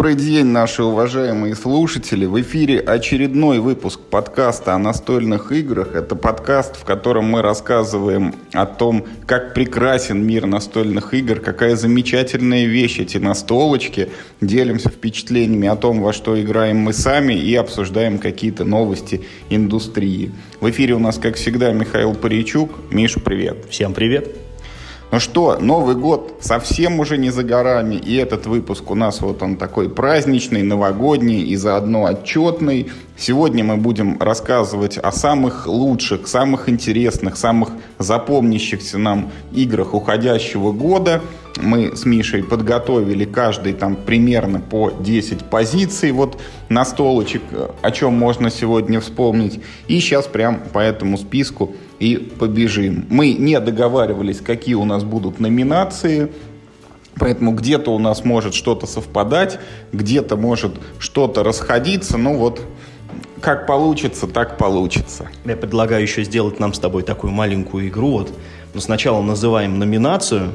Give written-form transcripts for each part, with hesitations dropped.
Добрый день, наши уважаемые слушатели. В эфире очередной выпуск подкаста о настольных играх. Это подкаст, в котором мы рассказываем о том, как прекрасен мир настольных игр, какая замечательная вещь эти настолочки. Делимся впечатлениями о том, во что играем мы сами, и обсуждаем какие-то новости индустрии. В эфире у нас, как всегда, Михаил Паричук. Миша, привет. Всем привет. Ну что, Новый год совсем уже не за горами, и этот выпуск у нас вот он такой праздничный, новогодний и заодно отчетный. Сегодня мы будем рассказывать о самых лучших, самых интересных, самых запомнящихся нам играх уходящего года. Мы с Мишей подготовили каждый там примерно по 10 позиций вот настолочек, о чем можно сегодня вспомнить. И сейчас прям по этому списку и побежим. Мы не договаривались, какие у нас будут номинации, поэтому где-то у нас может что-то совпадать, где-то может что-то расходиться. Ну вот, как получится, так получится. Я предлагаю еще сделать нам с тобой такую маленькую игру. Вот, сначала называем номинацию.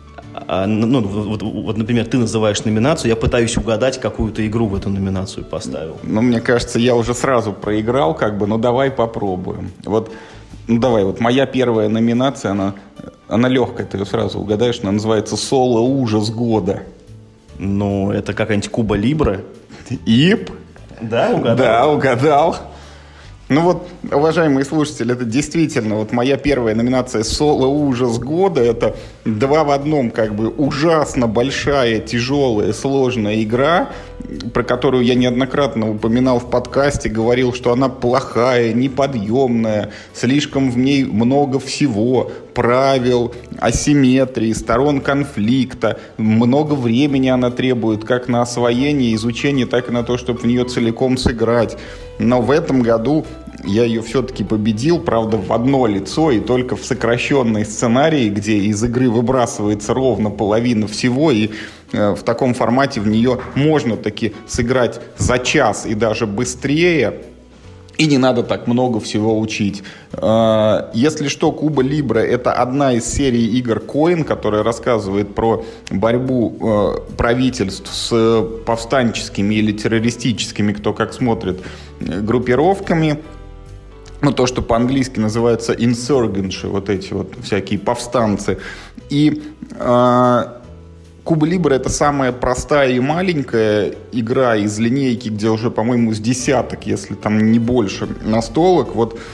Вот, например, ты называешь номинацию, я пытаюсь угадать, какую ты игру в эту номинацию поставил. Ну, мне кажется, я уже сразу проиграл, но давай попробуем. Давай, моя первая номинация, она легкая, ты ее сразу угадаешь, она называется «Соло-ужас года». Ну, это какая-нибудь Куба Либре. Ип. Да, угадал? Да, угадал. Ну вот, уважаемые слушатели, это действительно моя первая номинация «Соло-ужас года». Это 2 в 1, ужасно большая, тяжелая, сложная игра, про которую я неоднократно упоминал в подкасте, говорил, что она плохая, неподъемная, слишком в ней много всего, правил, асимметрии, сторон конфликта, много времени она требует как на освоение, изучение, так и на то, чтобы в нее целиком сыграть. Но в этом году я ее все-таки победил, правда, в одно лицо и только в сокращенной сценарии, где из игры выбрасывается ровно половина всего, и в таком формате в нее можно таки сыграть за час и даже быстрее. И не надо так много всего учить. Если что, Куба Либре — это одна из серий игр Coin, которая рассказывает про борьбу правительств с повстанческими или террористическими, кто как смотрит, группировками. То, что по-английски называется insurgency, эти всякие повстанцы. И Куба Либре — это самая простая и маленькая игра из линейки, где уже, по-моему, с десяток, если там не больше, настолок.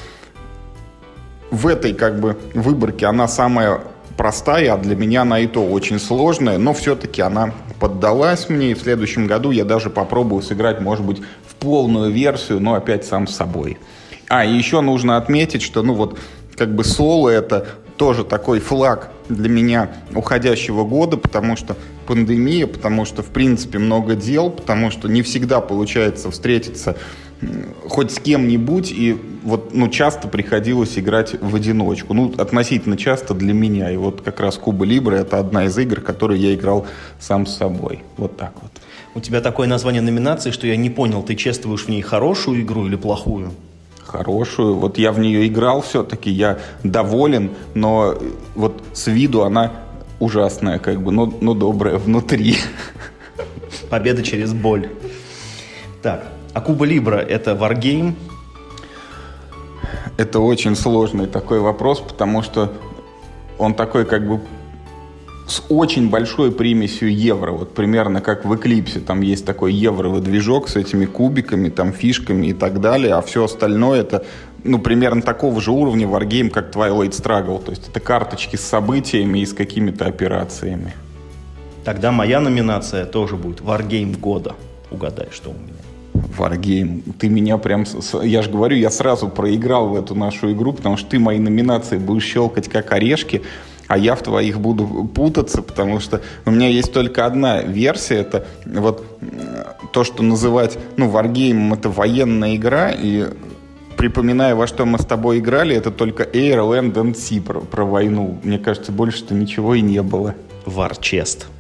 В этой выборке она самая простая, а для меня она и то очень сложная, но все-таки она поддалась мне, и в следующем году я даже попробую сыграть, может быть, в полную версию, но опять сам с собой. И еще нужно отметить, что, соло — это тоже такой флаг для меня уходящего года, потому что пандемия, потому что, в принципе, много дел, потому что не всегда получается встретиться хоть с кем-нибудь, и часто приходилось играть в одиночку. Относительно часто для меня. И как раз Куба Либре — это одна из игр, которые я играл сам с собой. Вот так вот. У тебя такое название номинации, что я не понял, ты чествуешь в ней хорошую игру или плохую? Хорошую. Я в нее играл все-таки, я доволен, но с виду она ужасная, но добрая внутри. Победа через боль. Так, а Куба Либре — это варгейм? Это очень сложный такой вопрос, потому что он такой с очень большой примесью евро. Примерно как в Эклипсе. Там есть такой евровый движок с этими кубиками, фишками и так далее. А все остальное — это примерно такого же уровня варгейм, как Twilight Struggle. То есть это карточки с событиями и с какими-то операциями. Тогда моя номинация тоже будет варгейм года. Угадай, что у меня. Варгейм. Ты меня прям... Я же говорю, я сразу проиграл в эту нашу игру, потому что ты мои номинации будешь щелкать как орешки, а я в твоих буду путаться, потому что у меня есть только одна версия. Это то, что называть варгеймом, это военная игра. И припоминая, во что мы с тобой играли, это только Air, Land and Sea про войну. Мне кажется, больше-то ничего и не было. Варчест.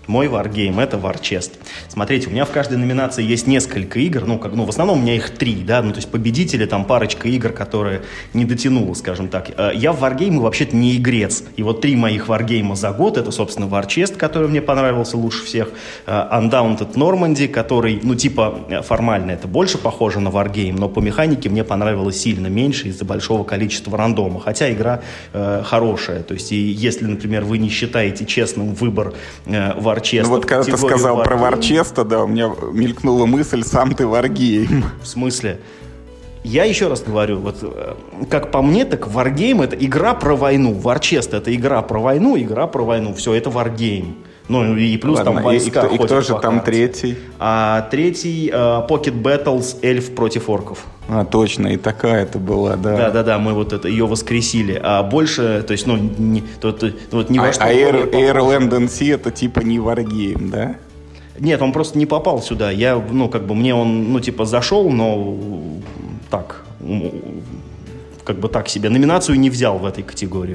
Мой Wargame — это Warchest. Смотрите, у меня в каждой номинации есть несколько игр, в основном у меня их 3, да, то есть победители, там парочка игр, которые не дотянула, скажем так. Я в Wargame вообще-то не игрец, и вот 3 моих Wargame за год — это, собственно, Warchest, который мне понравился лучше всех, Undaunted Normandy, который, формально это больше похоже на Wargame, но по механике мне понравилось сильно меньше из-за большого количества рандома, хотя игра хорошая, то есть и если, например, вы не считаете честным выбор Warchest. Вот когда ты сказал Wargame, про Warchest, да, у меня мелькнула мысль, сам ты Wargame. В смысле? Я еще раз говорю, как по мне, так Wargame — это игра про войну. Warchest — это игра про войну, все, это Wargame. И плюс там войска ходят. И кто же там третий? А третий Pocket Battles, эльф против орков. Точно, и такая-то была, да. Да, мы ее воскресили. А больше, то есть, ни во что... Airland NC — это типа не Wargame, да? Нет, он просто не попал сюда. Мне он, зашел, но так, так себе. Номинацию не взял в этой категории.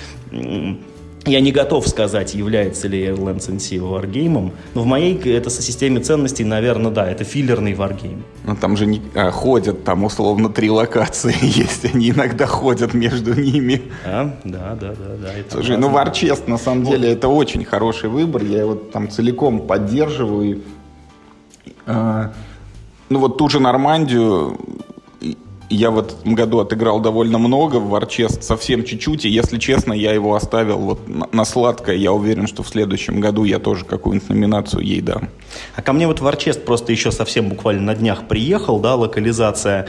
Я не готов сказать, является ли Airlands NC Wargame, но в моей системе ценностей, наверное, да, это филлерный Wargame. Там же ходят, там условно 3 локации есть, они иногда ходят между ними. Да. Слушай, Warchest, на самом деле, это очень хороший выбор, я его там целиком поддерживаю. Ту же Нормандию я в этом году отыграл довольно много, в Warchest совсем чуть-чуть, и, если честно, я его оставил на сладкое. Я уверен, что в следующем году я тоже какую-нибудь номинацию ей дам. А ко мне Warchest просто еще совсем буквально на днях приехал, да, локализация.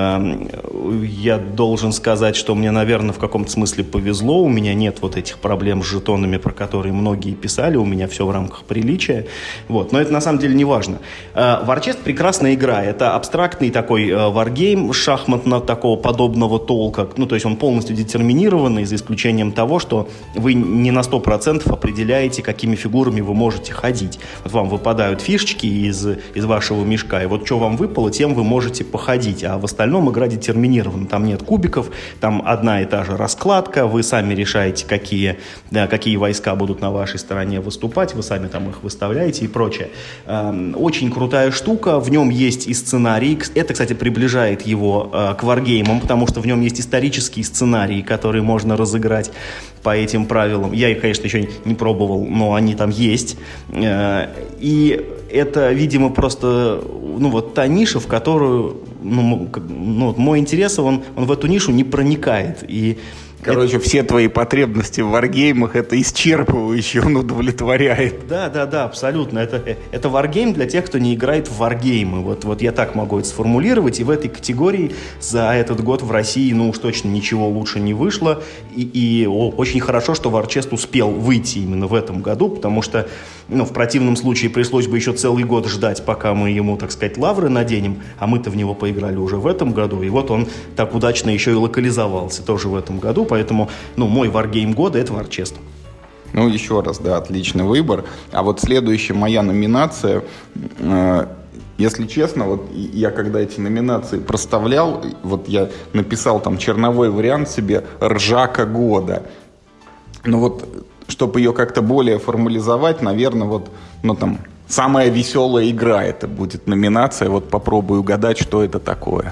Я должен сказать, что мне, наверное, в каком-то смысле повезло. У меня нет этих проблем с жетонами, про которые многие писали. У меня все в рамках приличия. Но это на самом деле не важно. Warchest — прекрасная игра. Это абстрактный такой Wargame, шахматно такого подобного толка. То есть он полностью детерминированный, за исключением того, что вы не на 100% определяете, какими фигурами вы можете ходить. Вам выпадают фишечки из вашего мешка, и что вам выпало, тем вы можете походить. А в остальном игра детерминирована. Там нет кубиков, там одна и та же раскладка, вы сами решаете, какие войска будут на вашей стороне выступать, вы сами там их выставляете и прочее. Очень крутая штука, в нем есть и сценарий. Это, кстати, приближает его к Wargame, потому что в нем есть исторические сценарии, которые можно разыграть по этим правилам. Я их, конечно, еще не пробовал, но они там есть. И это, видимо, просто та ниша, в которую мой интерес, он в эту нишу не проникает. И Короче, все твои потребности в варгеймах это исчерпывающе, он удовлетворяет. Да, абсолютно. Это варгейм для тех, кто не играет в варгеймы. Вот я так могу это сформулировать. И в этой категории за этот год в России, уж точно ничего лучше не вышло. И очень хорошо, что Warchest успел выйти именно в этом году, потому что в противном случае пришлось бы еще целый год ждать, пока мы ему, так сказать, лавры наденем, а мы-то в него поиграли уже в этом году. И вот он так удачно еще и локализовался тоже в этом году. Поэтому, мой варгейм года — это Warchest. Еще раз, да, отличный выбор. А вот следующая моя номинация, если честно, я когда эти номинации проставлял, я написал там черновой вариант себе «Ржака года». Чтобы ее как-то более формализовать, наверное, самая веселая игра это будет номинация. Попробую угадать, что это такое.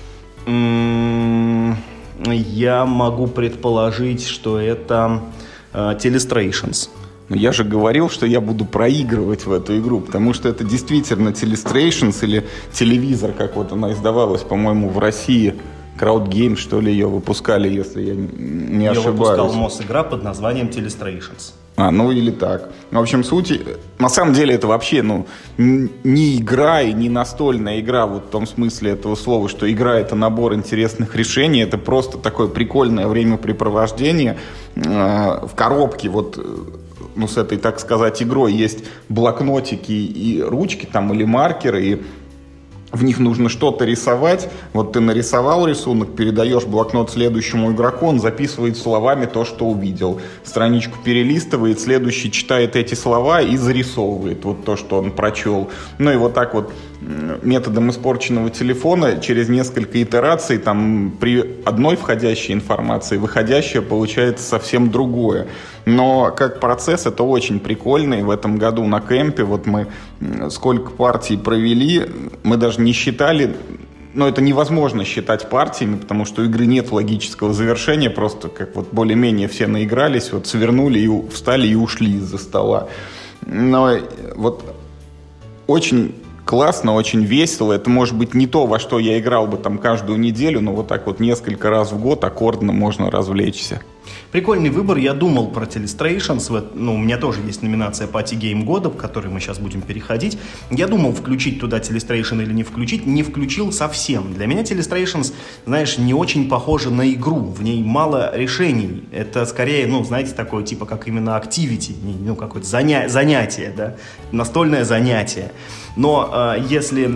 Я могу предположить, что это Telestrations. Но я же говорил, что я буду проигрывать в эту игру, потому что это действительно Telestrations или телевизор, как она издавалась, по-моему, в России. Crowd Games, что ли, ее выпускали, если я не ошибаюсь. Ее выпускал МОС-игра под названием Telestrations. Или так. В общем, суть... На самом деле это вообще, не игра и не настольная игра в том смысле этого слова, что игра — это набор интересных решений, это просто такое прикольное времяпрепровождение. В коробке с этой, так сказать, игрой есть блокнотики и ручки или маркеры, и в них нужно что-то рисовать. Ты нарисовал рисунок, передаешь блокнот следующему игроку, он записывает словами то, что увидел. Страничку перелистывает, следующий читает эти слова и зарисовывает то, что он прочел. И так методом испорченного телефона через несколько итераций там при одной входящей информации выходящая получается совсем другое. Но как процесс это очень прикольно. И в этом году на кемпе вот мы сколько партий провели, мы даже не считали. Но это невозможно считать партиями, потому что у игры нет логического завершения, просто как вот более-менее все наигрались, вот свернули и встали и ушли из-за стола. Но вот очень классно, очень весело. Это может быть не то, во что я играл бы там каждую неделю, но вот так вот несколько раз в год аккордно можно развлечься. Прикольный выбор. Я думал про Telestrations. У меня тоже есть номинация Party Game года, к которой мы сейчас будем переходить. Я думал, включить туда Telestration или не включить. Не включил совсем. Для меня Telestrations, знаешь, не очень похожа на игру. В ней мало решений. Это скорее, знаете, такое типа как именно activity, какое-то занятие, да? Настольное занятие. Но если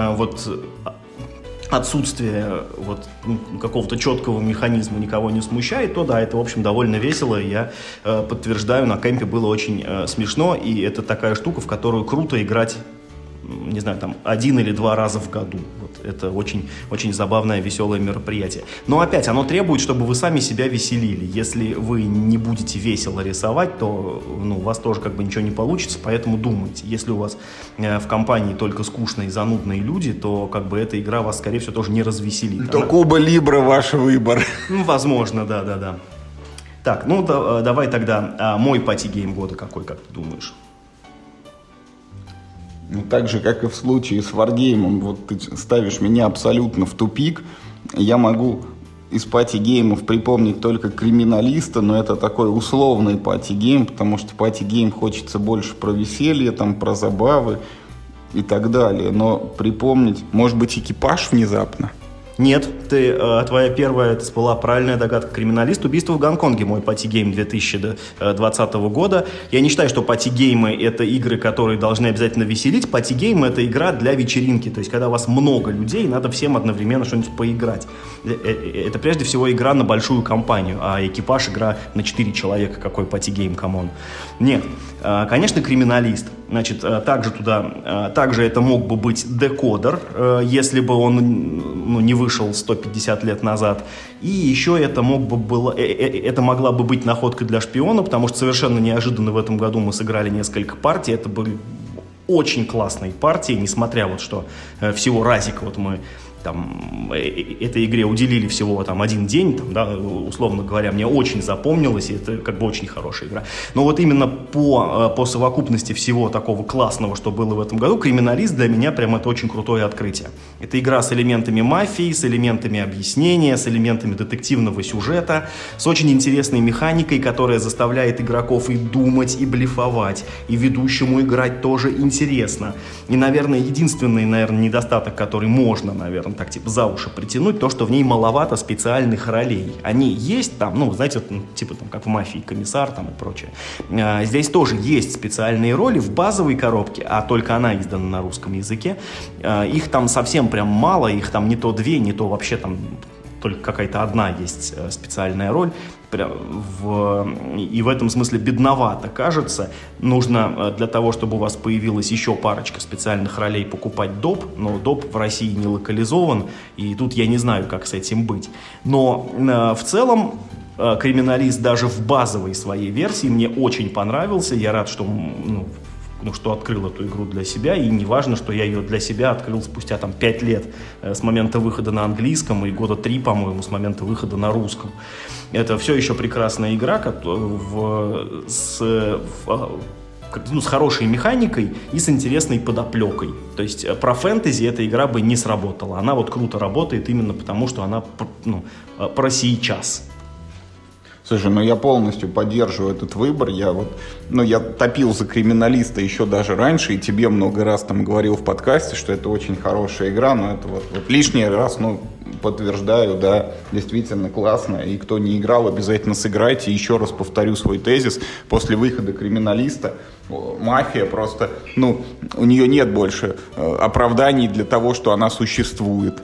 отсутствие какого-то четкого механизма никого не смущает, то да, это, в общем, довольно весело. Я подтверждаю, на кемпе было очень смешно, и это такая штука, в которую круто играть, не знаю, там, 1 или 2 раза в году. Это очень, очень забавное, веселое мероприятие. Но опять, оно требует, чтобы вы сами себя веселили. Если вы не будете весело рисовать, то у вас тоже как бы ничего не получится, поэтому думайте. Если у вас в компании только скучные, занудные люди, то как бы эта игра вас, скорее всего, тоже не развеселит. То Куба Либра ваш выбор. Возможно, да. Так, давай тогда мой пати-гейм года какой, как ты думаешь? Так же, как и в случае с Wargame, вот ты ставишь меня абсолютно в тупик. Я могу из пати-геймов припомнить только Криминалиста, но это такой условный пати-гейм, потому что пати-гейм хочется больше про веселье, там, про забавы и так далее. Но припомнить, может быть, Экипаж внезапно? Нет, твоя первая, это была правильная догадка. Криминалист. Убийство в Гонконге, мой пати-гейм 2020 года. Я не считаю, что пати-геймы — это игры, которые должны обязательно веселить. Пати-гейм — это игра для вечеринки. То есть, когда у вас много людей, надо всем одновременно что-нибудь поиграть. Это прежде всего игра на большую компанию, а Экипаж — игра на 4 человека. Какой пати-гейм, камон. Нет, конечно, Криминалист. Значит, также это мог бы быть Декодер, если бы он не вышел 150 лет назад. И еще это могла бы быть находка для шпиона, потому что совершенно неожиданно в этом году мы сыграли несколько партий. Это были очень классные партии, несмотря что всего разик мы этой игре уделили всего один день, условно говоря, мне очень запомнилось, и это как бы очень хорошая игра. Но именно по совокупности всего такого классного, что было в этом году, Криминалист для меня прям это очень крутое открытие. Это игра с элементами мафии, с элементами объяснения, с элементами детективного сюжета, с очень интересной механикой, которая заставляет игроков и думать, и блефовать, и ведущему играть тоже интересно. И, наверное, единственный, недостаток, который можно, так за уши притянуть, то, что в ней маловато специальных ролей. Они есть там, знаете, как в «Мафии», комиссар и прочее. Здесь тоже есть специальные роли в базовой коробке, а только она издана на русском языке. Их там совсем прям мало, их там не то 2, не то вообще только какая-то одна есть специальная роль. И в этом смысле бедновато кажется. Нужно для того, чтобы у вас появилась еще парочка специальных ролей, покупать доп. Но доп в России не локализован, и тут я не знаю, как с этим быть. Но в целом Криминалист даже в базовой своей версии мне очень понравился. Я рад, что что открыл эту игру для себя, и не важно, что я ее для себя открыл спустя 5 лет с момента выхода на английском и года 3, по-моему, с момента выхода на русском. Это все еще прекрасная игра с хорошей механикой и с интересной подоплекой. То есть про фэнтези эта игра бы не сработала. Она круто работает именно потому, что она про сейчас. Слушай, я полностью поддерживаю этот выбор. Я топил за Криминалиста еще даже раньше, и тебе много раз говорил в подкасте, что это очень хорошая игра, но это лишний раз, подтверждаю, да, действительно классно, и кто не играл, обязательно сыграйте. Еще раз повторю свой тезис: после выхода Криминалиста мафия просто, у нее нет больше оправданий для того, что она существует.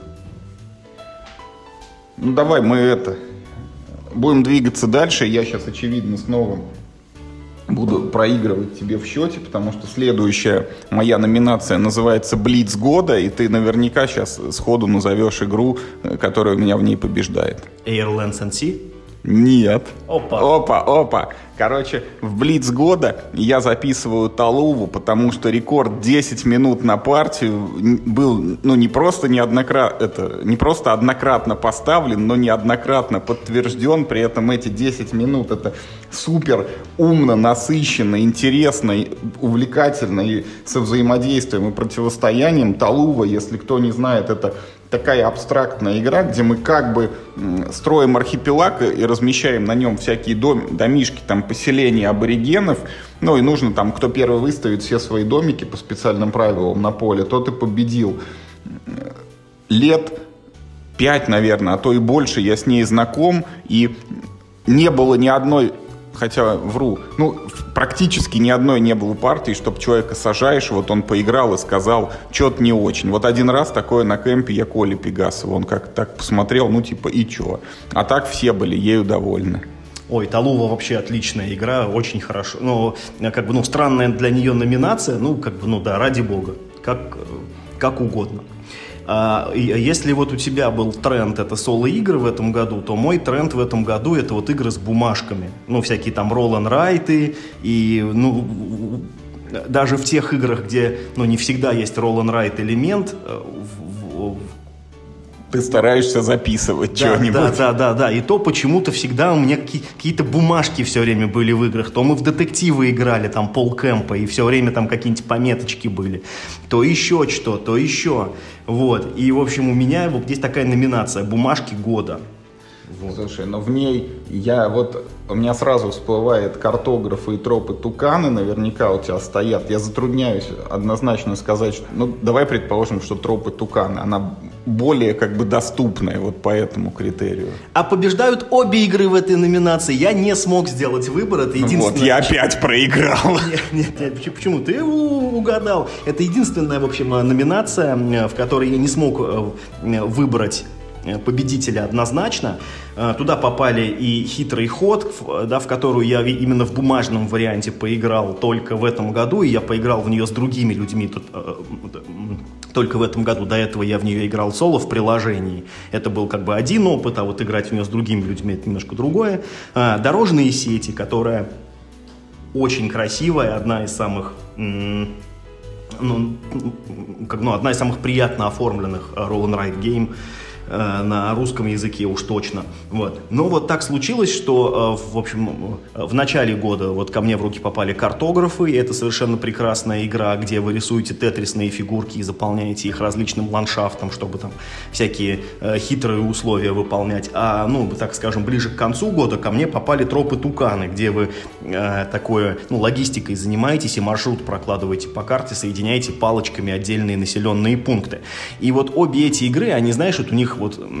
Давай мы будем двигаться дальше. Я сейчас, очевидно, с новым буду проигрывать тебе в счете, потому что следующая моя номинация называется «Блиц года», и ты наверняка сейчас сходу назовешь игру, которая меня в ней побеждает. Air, Lands and Sea? Нет. Опа. Короче, в Блиц года я записываю Талуву, потому что рекорд 10 минут на партию был, не просто однократно поставлен, но неоднократно подтвержден. При этом эти 10 минут это супер умно, насыщенно, интересно, увлекательно и со взаимодействием и противостоянием. Талува, если кто не знает, это такая абстрактная игра, где мы как бы строим архипелаг и размещаем на нем всякие домишки, там, поселения аборигенов. И нужно там, кто первый выставит все свои домики по специальным правилам на поле, тот и победил. Лет 5, наверное, а то и больше я с ней знаком, и не было ни одной... Хотя вру, практически ни одной не было партии, чтобы человека сажаешь, вот он поиграл и сказал, что-то не очень. Вот один раз такое на кемпе я Коле Пегасову, он как-то так посмотрел, и чё. А так все были ею довольны. Ой, Талува вообще отличная игра, очень хорошо. Странная для нее номинация, ради бога, как угодно. Если вот у тебя был тренд это соло-игры в этом году, то мой тренд в этом году это вот игры с бумажками. Всякие там ролл-н-райты и, даже в тех играх, где, не всегда есть ролл-н-райт элемент, ты стараешься записывать что-нибудь. Да. И то почему-то всегда у меня какие-то бумажки все время были в играх. То мы в детективы играли, там, полкэмпа, и все время там какие-нибудь пометочки были. То еще что, то еще. Вот. И, в общем, у меня вот есть такая номинация «Бумажки года». Вот. Слушай, в ней у меня сразу всплывает картографы и тропы Туканы, наверняка у тебя стоят. Я затрудняюсь однозначно сказать, что, давай предположим, что тропы Туканы, она более доступная вот по этому критерию. А побеждают обе игры в этой номинации. Я не смог сделать выбор, это единственное. Вот, я опять проиграл. Нет, почему? Ты угадал. Это единственная, в общем, номинация, в которой я не смог выбрать победителя однозначно. Туда попали и «Хитрый ход», в которую я именно в бумажном варианте поиграл только в этом году, и я поиграл в нее с другими людьми только в этом году. До этого я в нее играл соло в приложении. Это был один опыт, а вот играть в нее с другими людьми — это немножко другое. «Дорожные сети», которая очень красивая, одна из самых... одна из самых приятно оформленных roll-and-ride game на русском языке уж точно. Вот. Но вот так случилось, что, в общем, в начале года ко мне в руки попали картографы, и это совершенно прекрасная игра, где вы рисуете тетрисные фигурки и заполняете их различным ландшафтом, чтобы там всякие хитрые условия выполнять. А, так скажем, ближе к концу года ко мне попали тропы Туканы, где вы логистикой занимаетесь и маршрут прокладываете по карте, соединяете палочками отдельные населенные пункты. И вот обе эти игры, они, знаешь, у них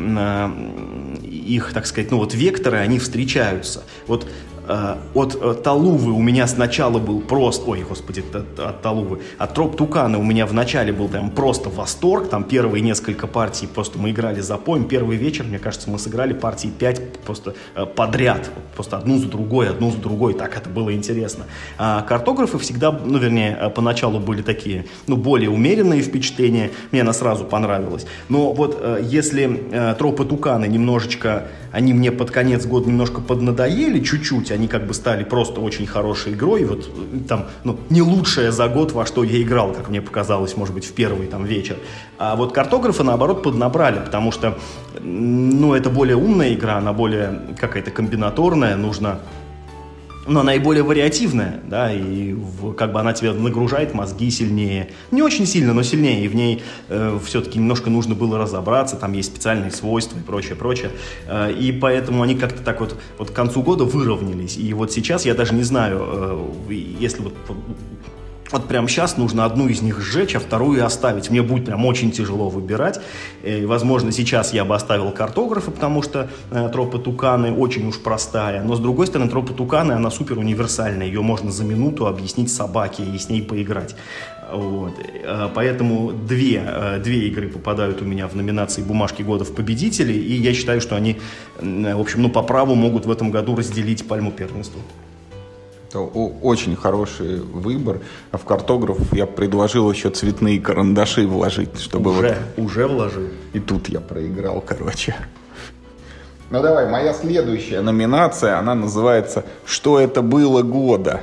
их, так сказать, векторы, они встречаются. Вот от Талувы у меня сначала был просто... Ой, господи, от Талувы. От троп Туканы у меня вначале был там просто восторг. Там первые несколько партий просто мы играли запоем. Первый вечер, мне кажется, мы сыграли партии 5 просто подряд. Просто одну за другой. Так это было интересно. А картографы всегда, поначалу были такие, более умеренные впечатления. Мне она сразу понравилась. Но вот если тропы Туканы немножечко... Они мне под конец года немножко поднадоели чуть-чуть, они стали просто очень хорошей игрой, не лучшая за год, во что я играл, как мне показалось, может быть, в первый вечер. А вот картографы, наоборот, поднабрали, потому что, это более умная игра, она более какая-то комбинаторная, но она и более вариативная, да, и она тебе нагружает мозги сильнее. Не очень сильно, но сильнее, и в ней все-таки немножко нужно было разобраться, там есть специальные свойства и прочее. И поэтому они как-то так к концу года выровнялись. И вот сейчас я даже не знаю, если вот прямо сейчас нужно одну из них сжечь, а вторую оставить. Мне будет прям очень тяжело выбирать. И, возможно, сейчас я бы оставил картографы, потому что тропа Туканы очень уж простая. Но, с другой стороны, тропа Туканы, она супер универсальная. Ее можно за минуту объяснить собаке и с ней поиграть. Вот. Поэтому две игры попадают у меня в номинации «Бумажки года» в победители. И я считаю, что они, в общем, по праву могут в этом году разделить пальму первенства. Это очень хороший выбор. А в картограф я предложил еще цветные карандаши вложить, чтобы уже вложил. И тут я проиграл, короче. Ну давай, моя следующая номинация, она называется «Что это было года?».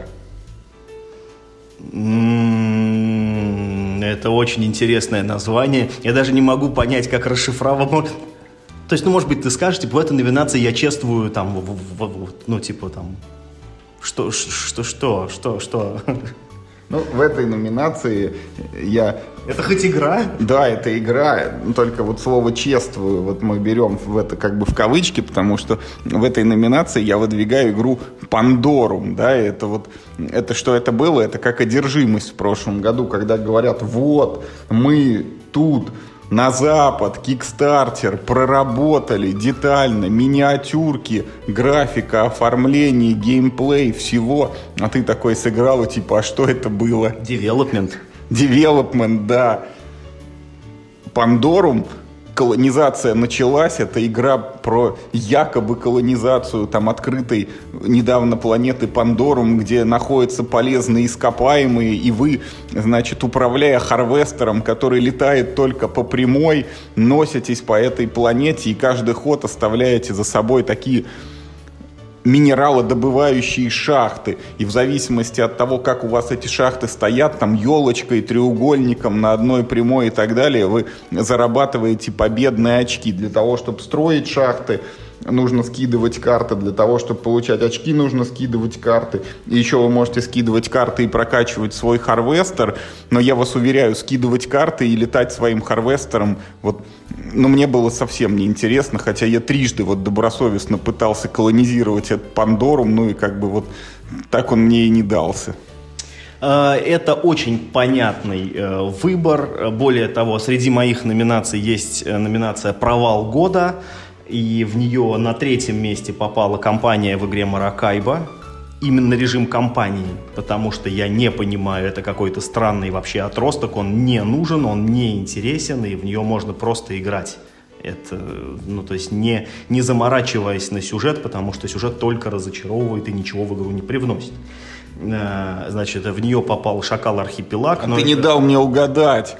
Это очень интересное название. Я даже не могу понять, как расшифровать. То есть, может быть, ты скажешь, типа, в этой номинации я чествую, там, что? Ну, в этой номинации я... Это хоть игра? Да, это игра, только вот слово «чествую» вот мы берем в это как бы в кавычки, потому что в этой номинации я выдвигаю игру Pandorum, да, это что это было? Это как одержимость в прошлом году, когда говорят, вот, мы тут... На Запад, Kickstarter, проработали детально миниатюрки, графика, оформление, геймплей, всего. А ты такой сыграл, и типа, а что это было? Development, да. Pandorum, колонизация началась. Это игра про якобы колонизацию там открытой недавно планеты Pandorum, где находятся полезные ископаемые, и вы, значит, управляя харвестером, который летает только по прямой, носитесь по этой планете и каждый ход оставляете за собой такие минералодобывающие шахты. И в зависимости от того, как у вас эти шахты стоят, там елочкой, треугольником на одной прямой и так далее, вы зарабатываете победные очки. Для того, чтобы строить шахты, нужно скидывать карты. Для того, чтобы получать очки, нужно скидывать карты. И еще вы можете скидывать карты и прокачивать свой харвестер. Но я вас уверяю, скидывать карты и летать своим харвестером, мне было совсем неинтересно, хотя я трижды добросовестно пытался колонизировать этот Pandorum, и как бы так он мне и не дался. Это очень понятный выбор. Более того, среди моих номинаций есть номинация «Провал года», и в нее на 3-м месте попала компания в игре Maracaibo. Именно режим кампании, потому что я не понимаю, это какой-то странный вообще отросток, он не нужен, он не интересен, и в нее можно просто играть. Это, то есть не заморачиваясь на сюжет, потому что сюжет только разочаровывает и ничего в игру не привносит. Значит, в нее попал «Шакал Архипелаг». Ты не дал мне угадать.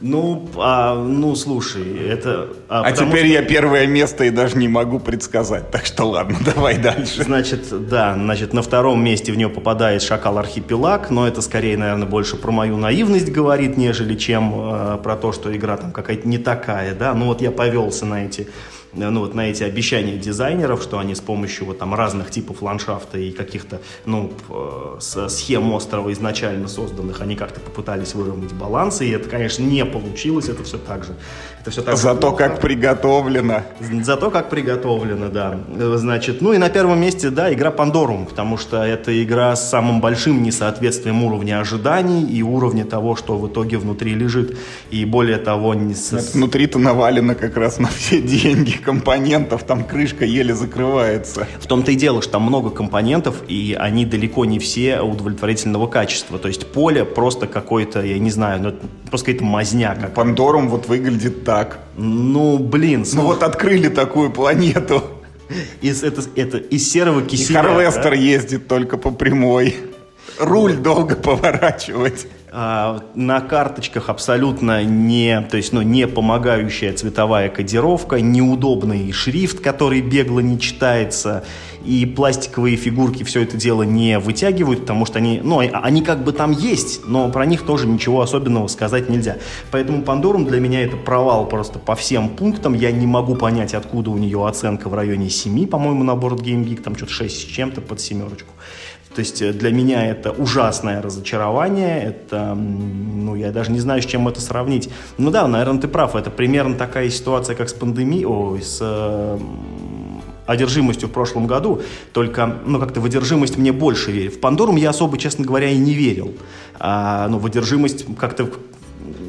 Слушай, это... теперь я первое место и даже не могу предсказать, так что ладно, давай дальше. Значит, на 2-м месте в нее попадает «Шакал Архипелаг», но это скорее, наверное, больше про мою наивность говорит, нежели чем про то, что игра там какая-то не такая, да. Я повелся на эти обещания дизайнеров, что они с помощью разных типов ландшафта и каких-то схем острова изначально созданных, они как-то попытались выровнять баланс, и это, конечно, не получилось, это все так же. Зато как приготовлено. Зато как приготовлено, да. Значит, и на 1-м месте, да, игра Pandorum, потому что это игра с самым большим несоответствием уровня ожиданий и уровня того, что в итоге внутри лежит. И более того... Внутри-то навалено как раз на все деньги компонентов, там крышка еле закрывается. В том-то и дело, что там много компонентов, и они далеко не все удовлетворительного качества. То есть поле просто какой-то, я не знаю, просто какая-то мазня. Pandorum выглядит так. Открыли такую планету. Из серого киселя. Харвестер ездит только по прямой. Руль долго поворачивать. На карточках абсолютно не помогающая цветовая кодировка, неудобный шрифт, который бегло не читается, и пластиковые фигурки все это дело не вытягивают, потому что они как бы там есть, но про них тоже ничего особенного сказать нельзя. Поэтому Pandorum для меня это провал просто по всем пунктам. Я не могу понять, откуда у нее оценка в районе 7, по-моему, на Board Game Geek, там что-то 6 с чем-то под 7. То есть для меня это ужасное разочарование, это, я даже не знаю, с чем это сравнить. Наверное, ты прав, это примерно такая ситуация, как с с одержимостью в прошлом году, только, как-то в одержимость мне больше верю. В Pandorum я особо, честно говоря, и не верил. В одержимость как-то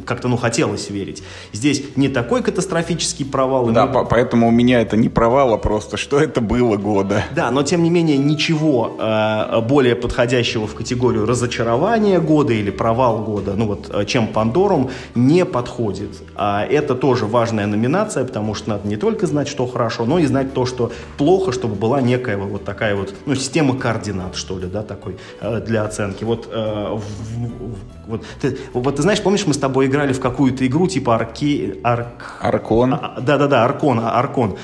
как-то, хотелось верить. Здесь не такой катастрофический провал. Да, поэтому у меня это не провал, а просто что это было года. Да, но тем не менее ничего более подходящего в категорию разочарования года или провал года, чем Пандорум, не подходит. А это тоже важная номинация, потому что надо не только знать, что хорошо, но и знать то, что плохо, чтобы была некая вот такая вот, система координат, что ли, да, такой для оценки. Ты знаешь, помнишь, мы с тобой играли в какую-то игру типа Аркон. Да, Аркон.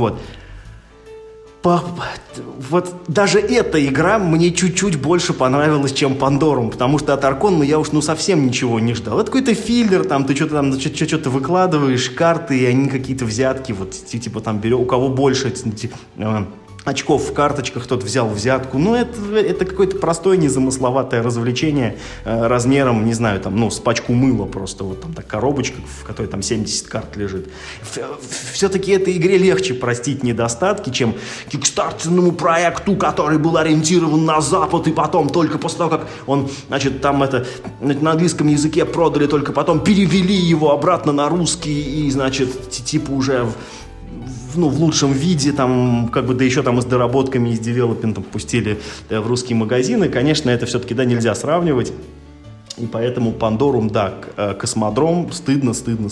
Вот даже эта игра мне чуть-чуть больше понравилась, чем Пандорум, потому что от Аркон я уж совсем ничего не ждал. Это какой-то филлер, ты что-то выкладываешь, карты, и они какие-то взятки, типа берешь, у кого больше очков в карточках, кто-то взял взятку. Это какое-то простое, незамысловатое развлечение размером, не знаю, с пачку мыла просто. Так коробочка, в которой 70 карт лежит. Все-таки этой игре легче простить недостатки, чем кикстартерному проекту, который был ориентирован на Запад, и потом только после того, как он, на английском языке продали, только потом перевели его обратно на русский, и, уже в лучшем виде, да еще и с доработками, и с девелопментом пустили в русские магазины. Конечно, это все-таки, нельзя сравнивать. И поэтому Пандорум, Космодром, стыдно.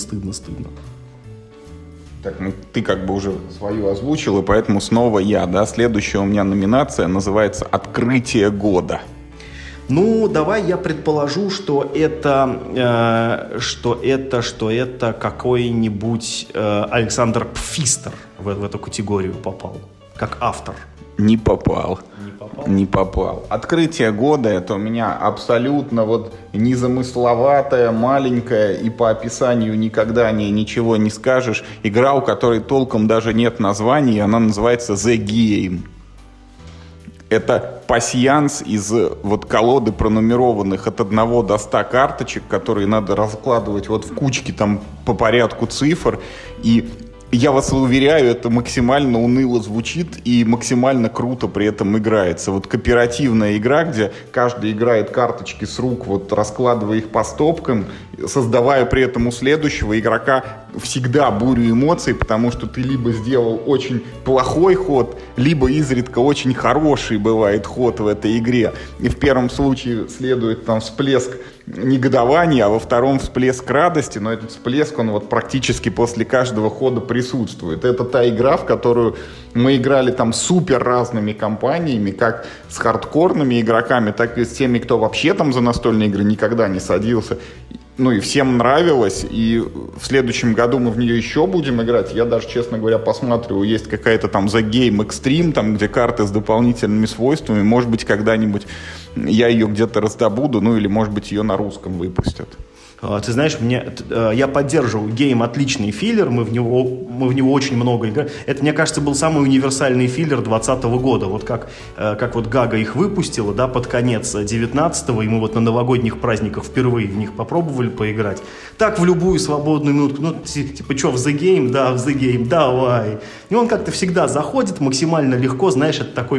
Так, ты уже свою озвучил, и поэтому снова я, Следующая у меня номинация называется «Открытие года». Давай я предположу, что это какой-нибудь Александр Пфистер в эту категорию попал, как автор. Не попал. «Открытие года» — это у меня абсолютно незамысловатая, маленькая, и по описанию никогда о ней ничего не скажешь. Игра, у которой толком даже нет названия, она называется «The Game». Это пасьянс из колоды пронумерованных от 1 до 100 карточек, которые надо раскладывать в кучки по порядку цифр. И я вас уверяю, это максимально уныло звучит и максимально круто при этом играется. Кооперативная игра, где каждый играет карточки с рук, раскладывая их по стопкам, создавая при этом у следующего игрока всегда бурю эмоций, потому что ты либо сделал очень плохой ход, либо изредка очень хороший бывает ход в этой игре. И в первом случае следует всплеск негодования, а во втором всплеск радости, но этот всплеск, он практически после каждого хода присутствует. Это та игра, в которую мы играли супер разными компаниями, как с хардкорными игроками, так и с теми, кто вообще за настольные игры никогда не садился. И всем нравилось, и в следующем году мы в нее еще будем играть. Я даже, честно говоря, посматриваю, есть какая-то The Game Extreme, где карты с дополнительными свойствами. Может быть, когда-нибудь я ее где-то раздобуду, или, может быть, ее на русском выпустят. Ты знаешь, я поддерживаю. Гейм — отличный филлер, мы в него очень много играем. Это, мне кажется, был самый универсальный филлер 2020 года. Как Гага их выпустила, под конец 19-го, и мы на новогодних праздниках впервые в них попробовали поиграть. Так в любую свободную минутку, что, в The Game? Да, в The Game, давай. И он как-то всегда заходит максимально легко, знаешь,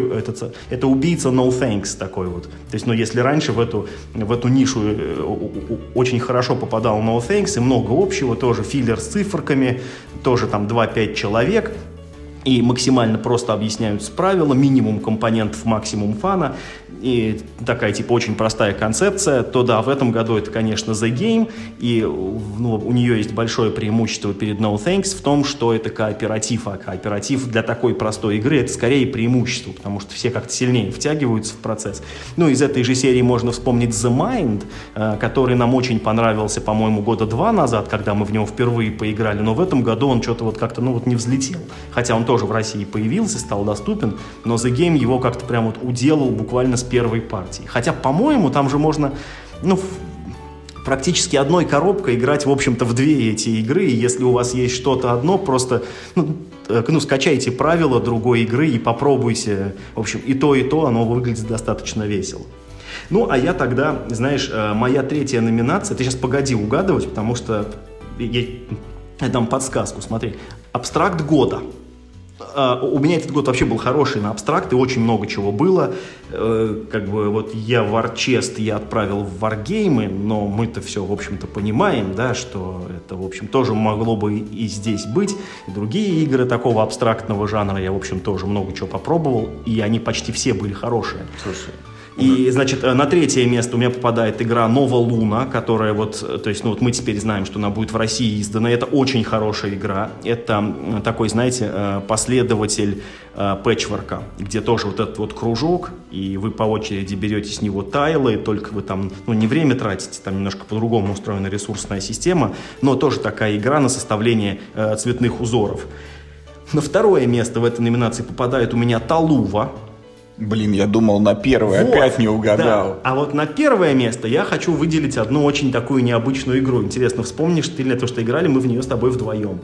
это убийца no thanks такой . То есть, если раньше в эту нишу очень хорошо попадал No Thanks, и много общего, тоже филлер с циферками, тоже 2-5 человек, и максимально просто объясняются правила, минимум компонентов, максимум фана, и такая очень простая концепция, то в этом году это, конечно, The Game, и у нее есть большое преимущество перед No Thanks в том, что это кооператив, а кооператив для такой простой игры это скорее преимущество, потому что все как-то сильнее втягиваются в процесс. Из этой же серии можно вспомнить The Mind, который нам очень понравился, по-моему, 2 года назад, когда мы в него впервые поиграли, но в этом году он что-то как-то не взлетел, хотя он тоже в России появился, стал доступен, но The Game его как-то прям уделал буквально с первой партии. Хотя, по-моему, там же можно, практически одной коробкой играть, в общем-то, в 2 эти игры. И если у вас есть что-то одно, просто, скачайте правила другой игры и попробуйте. В общем, и то, оно выглядит достаточно весело. А я тогда, знаешь, моя 3-я номинация, ты сейчас погоди угадывать, потому что я дам подсказку, смотри. Абстракт года. у меня этот год вообще был хороший на абстракты, очень много чего было. Как бы вот я Warchest я отправил в Wargame, но мы-то все, в общем-то, понимаем, да, что это, в общем, тоже могло бы и здесь быть. И другие игры такого абстрактного жанра я, в общем, тоже много чего попробовал, и они почти все были хорошие. Слушай. И, значит, на третье место у меня попадает игра Nova Luna, которая вот, то есть, ну вот мы теперь знаем, что она будет в России издана. Это очень хорошая игра. Это такой, знаете, последователь пэтчворка, где тоже вот этот вот кружок, и вы по очереди берете с него тайлы, только вы там, ну, не время тратите, там немножко по-другому устроена ресурсная система, но тоже такая игра на составление цветных узоров. На второе место в этой номинации попадает у меня Талува. Блин, я думал на первое, вот, опять не угадал. Да. А вот на первое место я хочу выделить одну очень такую необычную игру. Интересно, вспомнишь ты ли то, что играли мы в нее с тобой вдвоем?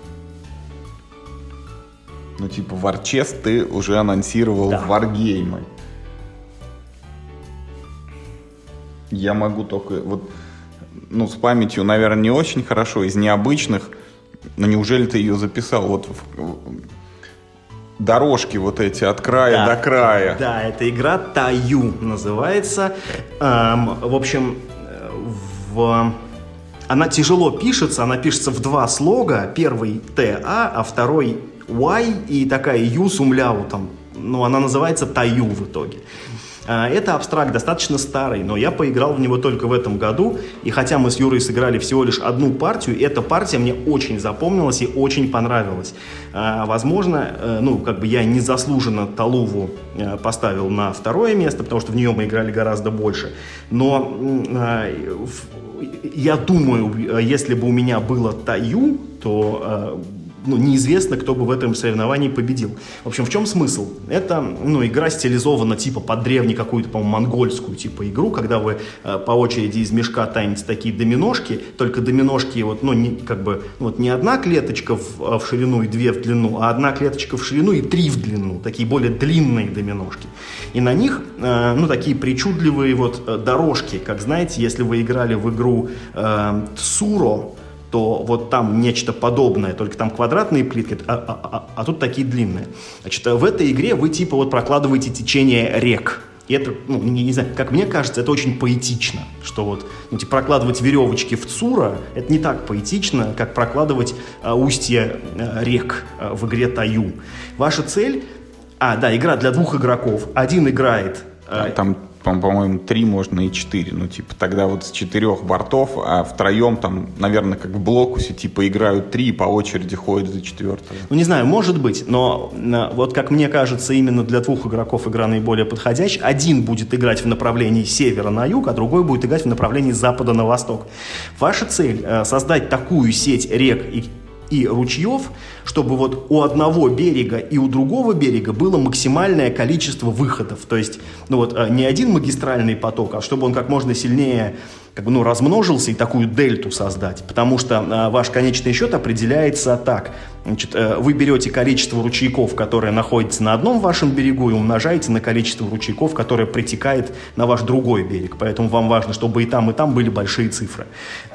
Ну, типа, Warchest ты уже анонсировал в Wargame. Я могу только... Вот, ну, с памятью, наверное, не очень хорошо, из необычных. Но неужели ты ее записал? Вот... Дорожки вот эти от края до края. Да, это игра Таю называется. В общем, она тяжело пишется, она пишется в два слога. Первый ТА, а второй Y и такая Ю с умляутом. Ну, она называется Таю в итоге. Это абстракт достаточно старый, но я поиграл в него только в этом году, и хотя мы с Юрой сыграли всего лишь одну партию, эта партия мне очень запомнилась и очень понравилась. Возможно, ну, как бы я незаслуженно Талуву поставил на второе место, потому что в нее мы играли гораздо больше, но я думаю, если бы у меня было Таю, то... Ну, неизвестно, кто бы в этом соревновании победил. В общем, в чем смысл? Это, ну, игра стилизована типа под древнюю какую-то, по-моему, монгольскую типа игру, когда вы по очереди из мешка тянете такие доминошки, только доминошки вот, ну, не, как бы, вот не одна клеточка в ширину и две в длину, а одна клеточка в ширину и три в длину, такие более длинные доминошки. И на них, ну, такие причудливые вот дорожки, как, знаете, если вы играли в игру Tsuro, то вот там нечто подобное, только там квадратные плитки, а тут такие длинные. Значит, в этой игре вы типа вот прокладываете течение рек. И это, ну, не знаю, как мне кажется, это очень поэтично, что вот, ну, типа, прокладывать веревочки в Tsuro, это не так поэтично, как прокладывать устья рек в игре Таю. Ваша цель, да, игра для двух игроков. Один играет... Там, по-моему, 3 можно и 4. Ну, типа, тогда вот с 4 бортов, а втроем там, наверное, как в блокусе, типа, играют 3 и по очереди ходят за 4. Ну, не знаю, может быть, но вот как мне кажется, именно для двух игроков игра наиболее подходящая. Один будет играть в направлении с севера на юг, а другой будет играть в направлении с запада на восток. Ваша цель — создать такую сеть рек и ручьев, чтобы вот у одного берега и у другого берега было максимальное количество выходов. То есть, ну вот, не один магистральный поток, а чтобы он как можно сильнее, как бы, ну, размножился и такую дельту создать. Потому что ваш конечный счет определяется так. Значит, вы берете количество ручейков, которое находится на одном вашем берегу, и умножаете на количество ручейков, которое притекает на ваш другой берег. Поэтому вам важно, чтобы и там были большие цифры.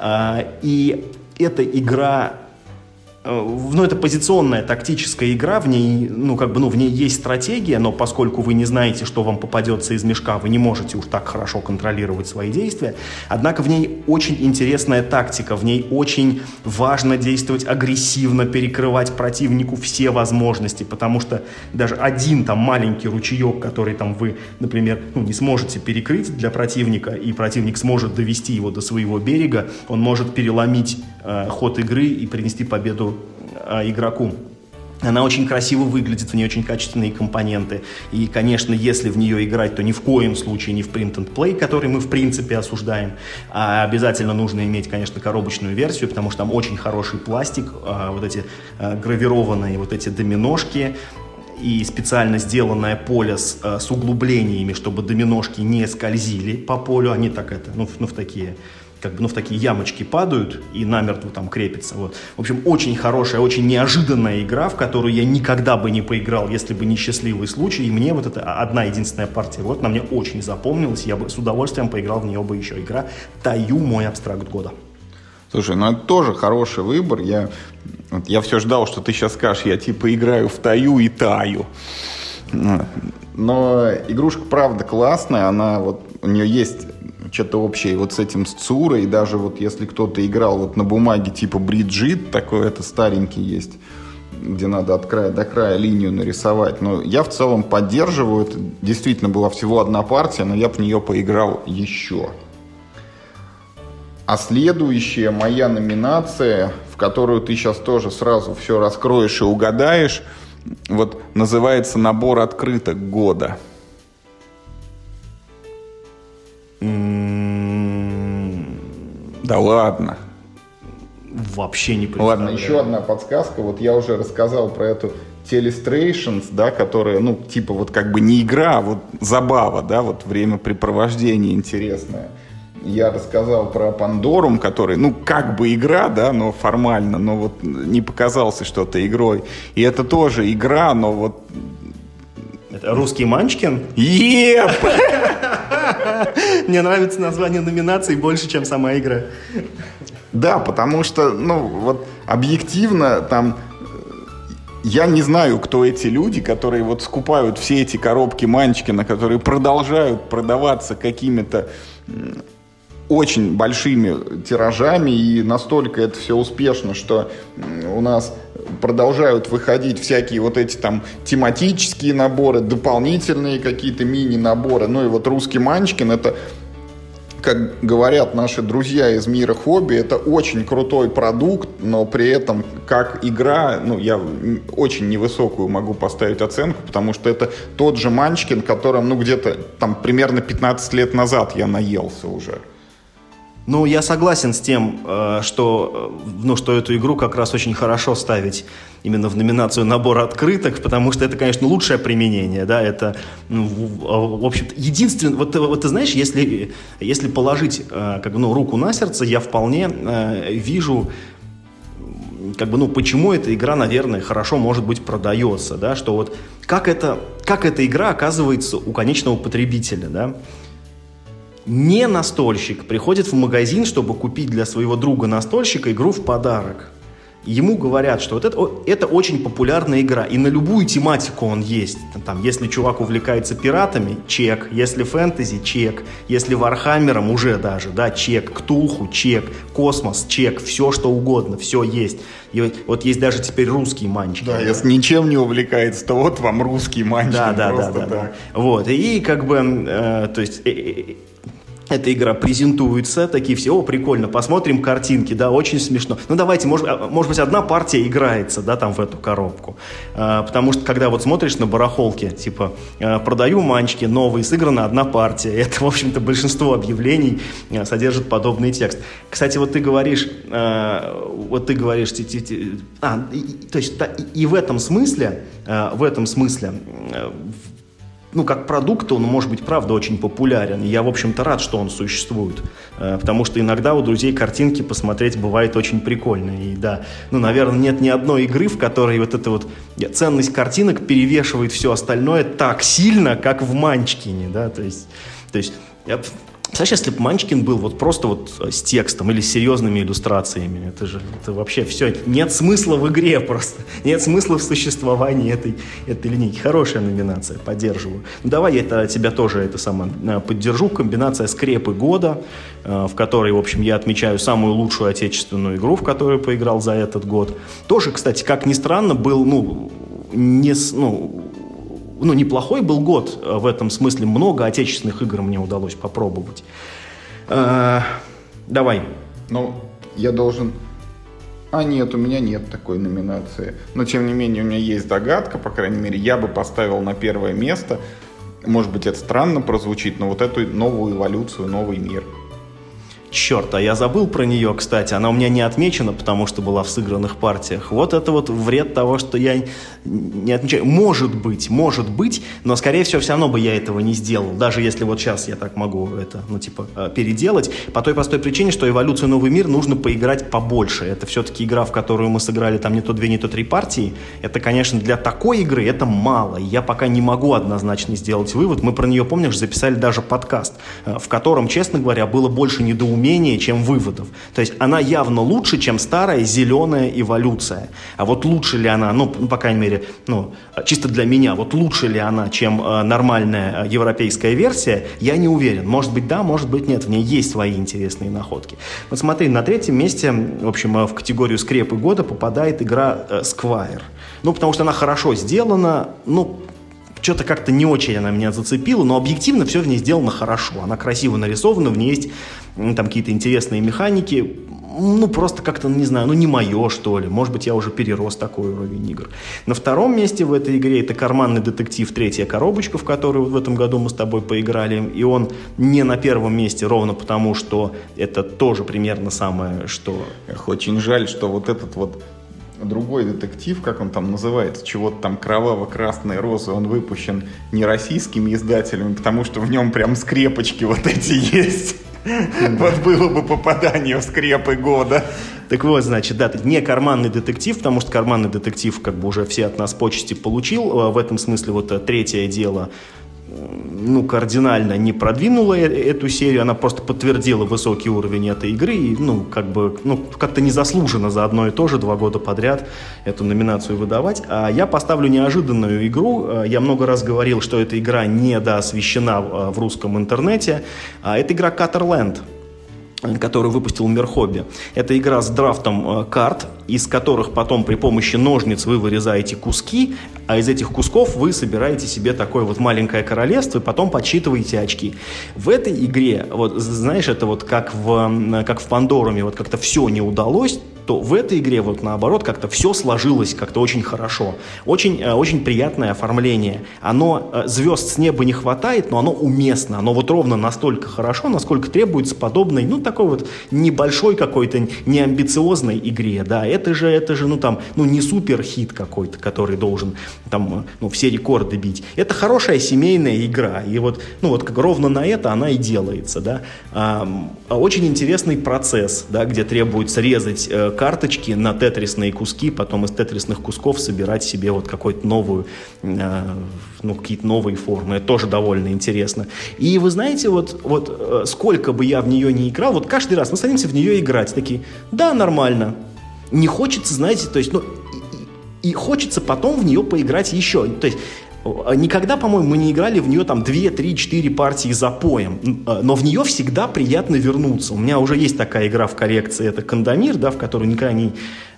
И эта игра... Ну, это позиционная тактическая игра, в ней, ну, как бы, ну, в ней есть стратегия, но поскольку вы не знаете, что вам попадется из мешка, вы не можете уж так хорошо контролировать свои действия. Однако в ней очень интересная тактика, в ней очень важно действовать агрессивно, перекрывать противнику все возможности, потому что даже один там маленький ручеек, который там вы, например, ну, не сможете перекрыть для противника, и противник сможет довести его до своего берега, он может переломить ход игры и принести победу игроку. Она очень красиво выглядит, в ней очень качественные компоненты. И, конечно, если в нее играть, то ни в коем случае не в print and play, который мы в принципе осуждаем. А обязательно нужно иметь, конечно, коробочную версию, потому что там очень хороший пластик, вот эти гравированные вот эти доминошки и специально сделанное поле с углублениями, чтобы доминошки не скользили по полю. Они так это, ну в такие... как бы, ну, в такие ямочки падают и намертво там крепятся. Вот. В общем, очень хорошая, очень неожиданная игра, в которую я никогда бы не поиграл, если бы не счастливый случай. И мне вот эта одна единственная партия, вот, она мне очень запомнилась. Я бы с удовольствием поиграл в нее бы еще. Игра Таю, мой абстракт года. Слушай, ну это тоже хороший выбор. Я все ждал, что ты сейчас скажешь, я типа играю в Таю и Таю. Но игрушка правда классная, она вот, у нее есть что-то общее вот с этим, с Цурой, и даже вот если кто-то играл вот на бумаге типа Бриджит, такой это старенький есть, где надо от края до края линию нарисовать. Но я в целом поддерживаю, это действительно была всего одна партия, но я в нее поиграл еще. А следующая моя номинация, в которую ты сейчас тоже сразу все раскроешь и угадаешь, вот называется «Набор открыток года». Да ладно. Вообще не представляю. Ладно, еще одна подсказка. Вот я уже рассказал про эту Telestrations, да, которая, ну, типа вот как бы не игра, а вот забава, да, вот времяпрепровождение интересное. Я рассказал про Пандорум, который, ну, как бы игра, да, но формально, но вот не показался что-то игрой. И это тоже игра, но вот... Это русский Манчкин? Еп! Мне нравится название номинации больше, чем сама игра. Да, потому что, ну, вот объективно там... Я не знаю, кто эти люди, которые вот скупают все эти коробки Манчкина, которые продолжают продаваться какими-то очень большими тиражами, и настолько это все успешно, что у нас продолжают выходить всякие вот эти там тематические наборы, дополнительные какие-то мини-наборы. Ну и вот русский Манчкин — это, как говорят наши друзья из мира хобби, это очень крутой продукт, но при этом как игра, ну, я очень невысокую могу поставить оценку, потому что это тот же Манчкин, которым, ну, где-то там примерно 15 лет назад я наелся уже. Ну, я согласен с тем, что эту игру как раз очень хорошо ставить именно в номинацию «Набор открыток», потому что это, конечно, лучшее применение, да, это, ну, в общем-то, единственное, вот ты знаешь, если положить, руку на сердце, я вполне вижу, почему эта игра, наверное, хорошо, может быть, продается, да, что вот как эта игра оказывается у конечного потребителя, да. Не настольщик приходит в магазин, чтобы купить для своего друга-настольщика игру в подарок. Ему говорят, что вот это очень популярная игра, и на любую тематику он есть. Там, если чувак увлекается пиратами, чек. Если фэнтези, чек. Если Вархаммером, уже даже, да, чек. Ктулху, чек. Космос, чек. Все, что угодно, все есть. И вот есть даже теперь русский Манчкин. Да, если ничем не увлекается, то вот вам русский Манчкин. Да. Вот, и то есть... Эта игра презентуется, такие все, о, прикольно, посмотрим картинки, да, очень смешно. Ну, давайте, может быть, одна партия играется, да, там в эту коробку. Потому что, когда вот смотришь на барахолке, типа, продаю манчки, новые, сыграна одна партия. Это, в общем-то, большинство объявлений содержит подобный текст. Кстати, вот ты говоришь, и в этом смысле, ну, как продукт, он может быть, правда, очень популярен. И я, в общем-то, рад, что он существует. Потому что иногда у друзей картинки посмотреть бывает очень прикольно. И да, ну, наверное, нет ни одной игры, в которой вот эта вот ценность картинок перевешивает все остальное так сильно, как в Манчкине, да, то есть представляешь, если бы Манчкин был вот просто вот с текстом или с серьезными иллюстрациями, это вообще все. Нет смысла в игре просто. Нет смысла в существовании этой линейки. Хорошая номинация, поддерживаю. Ну, давай я тебя тоже поддержу. Комбинация скрепы года, в которой, в общем, я отмечаю самую лучшую отечественную игру, в которую поиграл за этот год. Тоже, кстати, как ни странно, был, неплохой был год в этом смысле. Много отечественных игр мне удалось попробовать. Давай. Ну, я должен... нет, у меня нет такой номинации. Но, тем не менее, у меня есть догадка, по крайней мере. Я бы поставил на первое место, может быть, это странно прозвучит, но вот эту новую эволюцию, новый мир. Черт, а я забыл про нее, кстати. Она у меня не отмечена, потому что была в сыгранных партиях. Вот это вот вред того, что я не отмечаю. Может быть, но, скорее всего, все равно бы я этого не сделал. Даже если вот сейчас я так могу это, переделать. По той простой причине, что эволюцию «Новый мир» нужно поиграть побольше. Это все-таки игра, в которую мы сыграли там не то 2, не то 3 партии. Это, конечно, для такой игры это мало. И я пока не могу однозначно сделать вывод. Мы про нее, помнишь, записали даже подкаст, в котором, честно говоря, было больше недоумения, умения, чем выводов. То есть она явно лучше, чем старая зеленая эволюция. А вот лучше ли она, по крайней мере, чисто для меня, вот лучше ли она, чем нормальная европейская версия, я не уверен. Может быть, да, может быть, нет. В ней есть свои интересные находки. Вот смотри, на третьем месте, в общем, в категорию скрепы года попадает игра Squire. Потому что она хорошо сделана, что-то как-то не очень она меня зацепила, но объективно все в ней сделано хорошо. Она красиво нарисована, в ней есть там какие-то интересные механики. Просто как-то, не знаю, не мое, что ли. Может быть, я уже перерос такой уровень игр. На втором месте в этой игре это «Карманный детектив. Третья коробочка», в которую в этом году мы с тобой поиграли. И он не на первом месте ровно потому, что это тоже примерно самое, что... Очень жаль, что вот этот вот другой детектив, как он там называется, чего-то там «Кроваво-красные розы», он выпущен не российскими издателями, потому что в нем прям скрепочки вот эти есть. Вот было бы попадание в скрепы года. Так вот, значит, да, не «Карманный детектив», потому что «Карманный детектив» как бы уже все от нас почести получил. В этом смысле вот «Третье дело» кардинально не продвинула эту серию, она просто подтвердила высокий уровень этой игры и, как-то незаслуженно за одно и то же 2 года подряд эту номинацию выдавать. А я поставлю неожиданную игру. Я много раз говорил, что эта игра недоосвещена в русском интернете. Это игра Cutterland, которую выпустил Мир Хобби. Это игра с драфтом карт, из которых потом при помощи ножниц вы вырезаете куски, а из этих кусков вы собираете себе такое вот маленькое королевство и потом подсчитываете очки. В этой игре, вот знаешь, это вот как в Пандоруме, вот как-то все не удалось, то в этой игре вот наоборот как-то все сложилось как-то очень хорошо. Очень, очень приятное оформление. Оно, звезд с неба не хватает, но оно уместно. Оно вот ровно настолько хорошо, насколько требуется подобной, такой вот небольшой какой-то неамбициозной игре. Да, это же не супер хит какой-то, который должен там, все рекорды бить. Это хорошая семейная игра. И вот как ровно на это она и делается, да. Очень интересный процесс, да, где требуется резать карточки на тетрисные куски, потом из тетрисных кусков собирать себе вот какую-то новую, какие-то новые формы. Это тоже довольно интересно. И вы знаете, вот сколько бы я в нее не играл, вот каждый раз мы садимся в нее играть, такие, да, нормально. Не хочется, знаете, то есть, и хочется потом в нее поиграть еще. То есть, никогда, по-моему, мы не играли в нее там 2, 3, 4 партии запоем, но в нее всегда приятно вернуться. У меня уже есть такая игра в коллекции, это Кандамир, да, в которую никогда не...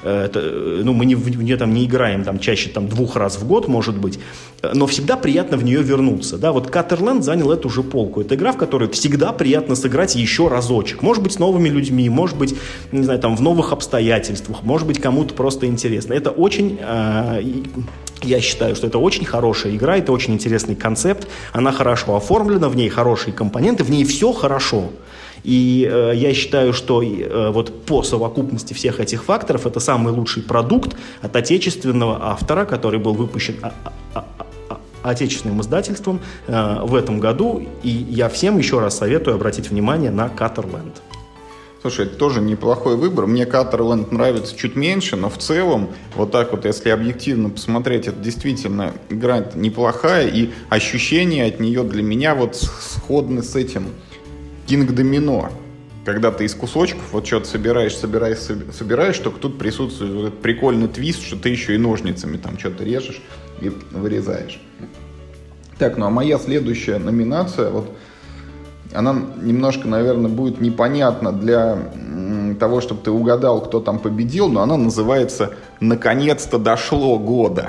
мы в нее там не играем там, чаще там, 2 раз в год, может быть, но всегда приятно в нее вернуться. Да? Вот Cutterland занял эту же полку. Это игра, в которой всегда приятно сыграть еще разочек. Может быть, с новыми людьми, может быть, не знаю, там, в новых обстоятельствах, может быть, кому-то просто интересно. Это очень... Я считаю, что это очень хорошая игра, это очень интересный концепт, она хорошо оформлена, в ней хорошие компоненты, в ней все хорошо. И я считаю, что вот по совокупности всех этих факторов это самый лучший продукт от отечественного автора, который был выпущен отечественным издательством в этом году. И я всем еще раз советую обратить внимание на Cutterland. Слушай, это тоже неплохой выбор. Мне Cutterland нравится чуть меньше, но в целом, вот так вот, если объективно посмотреть, это действительно игра неплохая, и ощущения от нее для меня вот сходны с этим King Domino. Когда ты из кусочков вот что-то собираешь, только тут присутствует вот этот прикольный твист, что ты еще и ножницами там что-то режешь и вырезаешь. Так, а моя следующая номинация, вот она немножко, наверное, будет непонятна для того, чтобы ты угадал, кто там победил, но она называется «Наконец-то дошло года».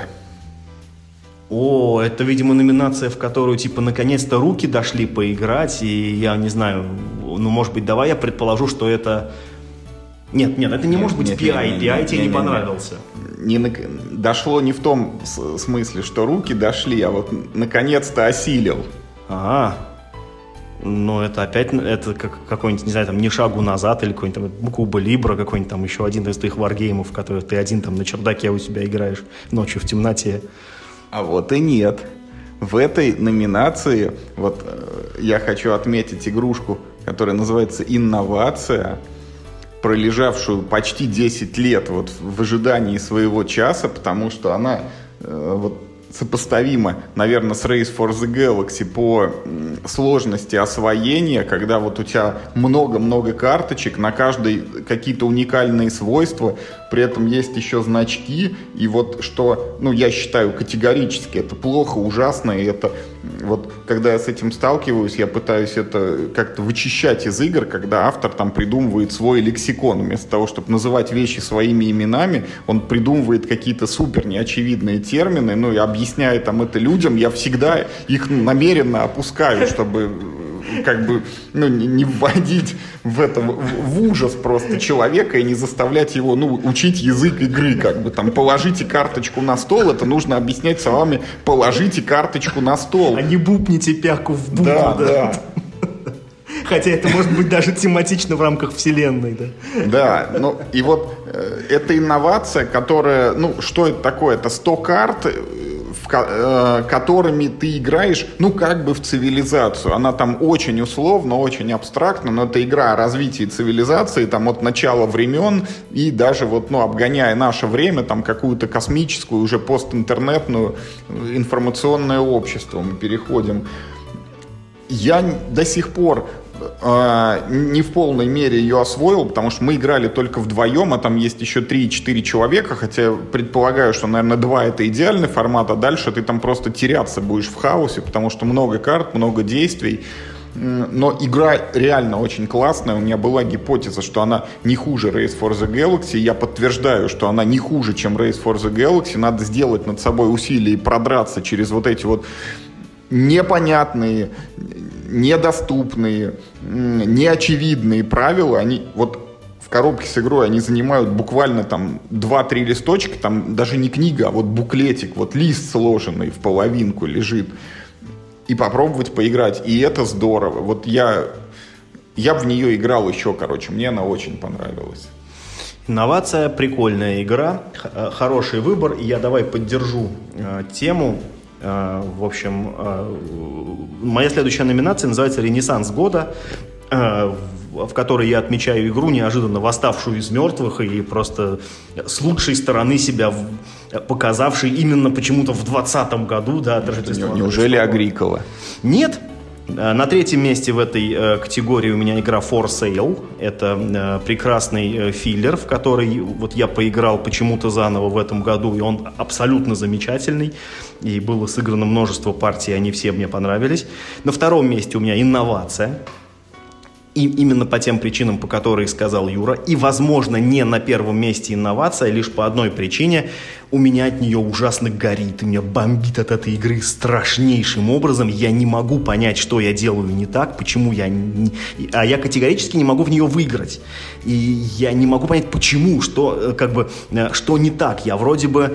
О, это, видимо, номинация, в которую, наконец-то руки дошли поиграть, и я не знаю, может быть, давай я предположу, что это... Нет, это не может быть PI, PI тебе не понравился. Дошло не в том смысле, что руки дошли, а вот наконец-то осилил. Ага. Но это опять, это как какой-нибудь, не знаю, там, «Ни шагу назад» или какой-нибудь там Куба Либра, какой-нибудь там еще один из твоих варгеймов, в который ты один там на чердаке у себя играешь ночью в темноте. А вот и нет. В этой номинации вот я хочу отметить игрушку, которая называется «Инновация», пролежавшую почти 10 лет вот в ожидании своего часа, потому что она вот сопоставимо, наверное, с Race for the Galaxy по сложности освоения, когда вот у тебя много-много карточек, на каждой какие-то уникальные свойства, при этом есть еще значки, и вот что, ну, я считаю категорически, это плохо, ужасно, и это вот, когда я с этим сталкиваюсь, я пытаюсь это как-то вычищать из игр, когда автор там придумывает свой лексикон, вместо того, чтобы называть вещи своими именами, он придумывает какие-то супер неочевидные термины, ну, и объясняет там это людям, я всегда их намеренно опускаю, чтобы как бы, ну, не вводить в ужас просто человека и не заставлять его, ну, учить язык игры, как бы там положите карточку на стол, это нужно объяснять словами положите карточку на стол. А не бупните пяку в букву, да. Хотя это может быть даже тематично в рамках вселенной, да? Да, ну и вот эта инновация, которая, ну, что это такое? Это 100 карт, которыми ты играешь, ну, как бы в цивилизацию. Она там очень условно, очень абстрактно, но это игра о развитии цивилизации, там, от начала времен и даже вот, ну, обгоняя наше время, там, какую-то космическую, уже постинтернетную информационное общество мы переходим. Я до сих пор не в полной мере ее освоил, потому что мы играли только вдвоем, а там есть еще 3-4 человека, хотя я предполагаю, что, наверное, 2 это идеальный формат, а дальше ты там просто теряться будешь в хаосе, потому что много карт, много действий. Но игра реально очень классная. У меня была гипотеза, что она не хуже Race for the Galaxy. Я подтверждаю, что она не хуже, чем Race for the Galaxy. Надо сделать над собой усилия и продраться через вот эти вот непонятные, недоступные, неочевидные правила. Они вот в коробке с игрой, они занимают буквально там 2-3 листочка, там даже не книга, а вот буклетик, вот лист сложенный в половинку лежит. И попробовать поиграть. И это здорово. Вот я в нее играл еще, короче, мне она очень понравилась. Инновация, прикольная игра, хороший выбор. И я давай поддержу тему. В общем, моя следующая номинация называется «Ренессанс года», в которой я отмечаю игру, неожиданно восставшую из мертвых и просто с лучшей стороны себя показавшей именно почему-то в 2020 году. Да, неужели Агрикола? Нет. На третьем месте в этой категории у меня игра For Sale. Это прекрасный филлер, в который вот я поиграл почему-то заново в этом году, и он абсолютно замечательный. И было сыграно множество партий, они все мне понравились. На втором месте у меня инновация. И именно по тем причинам, по которым сказал Юра. И, возможно, не на первом месте инновация, лишь по одной причине. У меня от нее ужасно горит. И меня бомбит от этой игры страшнейшим образом. Я не могу понять, что я делаю не так, почему А я категорически не могу в нее выиграть. И я не могу понять, почему, что не так. Я вроде бы,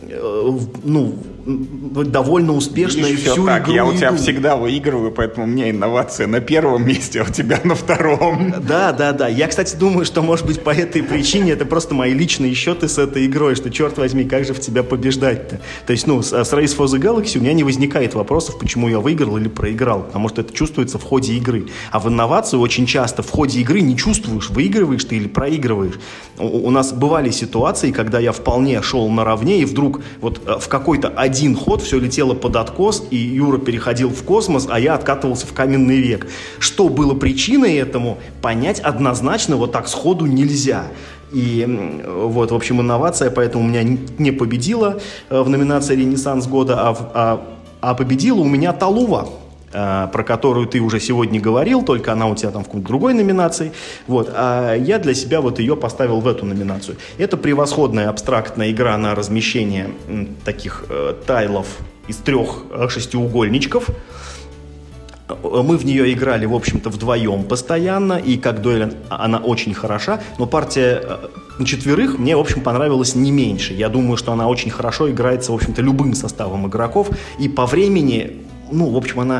довольно успешно. Видишь, и всю так. Игру я у тебя всегда выигрываю, поэтому у меня инновация на первом месте, а у тебя на втором. Да. Я, кстати, думаю, что, может быть, по этой причине это просто мои личные счеты с этой игрой, что, черт возьми, как же в тебя побеждать-то? То есть, с Race for the Galaxy у меня не возникает вопросов, почему я выиграл или проиграл, потому что это чувствуется в ходе игры. А в инновацию очень часто в ходе игры не чувствуешь, выигрываешь ты или проигрываешь. У нас бывали ситуации, когда я вполне шел наравне, и вдруг вот в какой-то один ход все летело под откос, и Юра переходил в космос, а я откатывался в каменный век. Что было причиной этому, понять однозначно вот так сходу нельзя. И вот, в общем, инновация поэтому у меня не победила в номинации «Ренессанс года», а победила у меня Талува, про которую ты уже сегодня говорил, только она у тебя там в какой-то другой номинации. Вот. А я для себя вот ее поставил в эту номинацию. Это превосходная абстрактная игра на размещение таких тайлов из 3 шестиугольничков. Мы в нее играли, в общем-то, вдвоем постоянно, и как дуэль она очень хороша, но партия на 4 мне, в общем, понравилась не меньше. Я думаю, что она очень хорошо играется, в общем-то, любым составом игроков, и по времени, в общем, она,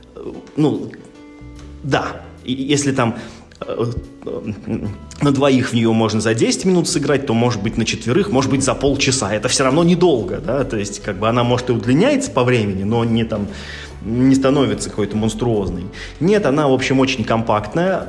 да, если там на 2 в нее можно за 10 минут сыграть, то, может быть, на 4, может быть, за полчаса. Это все равно недолго, да, то есть, она, может, и удлиняется по времени, но не становится какой-то монструозной. Нет, она, в общем, очень компактная,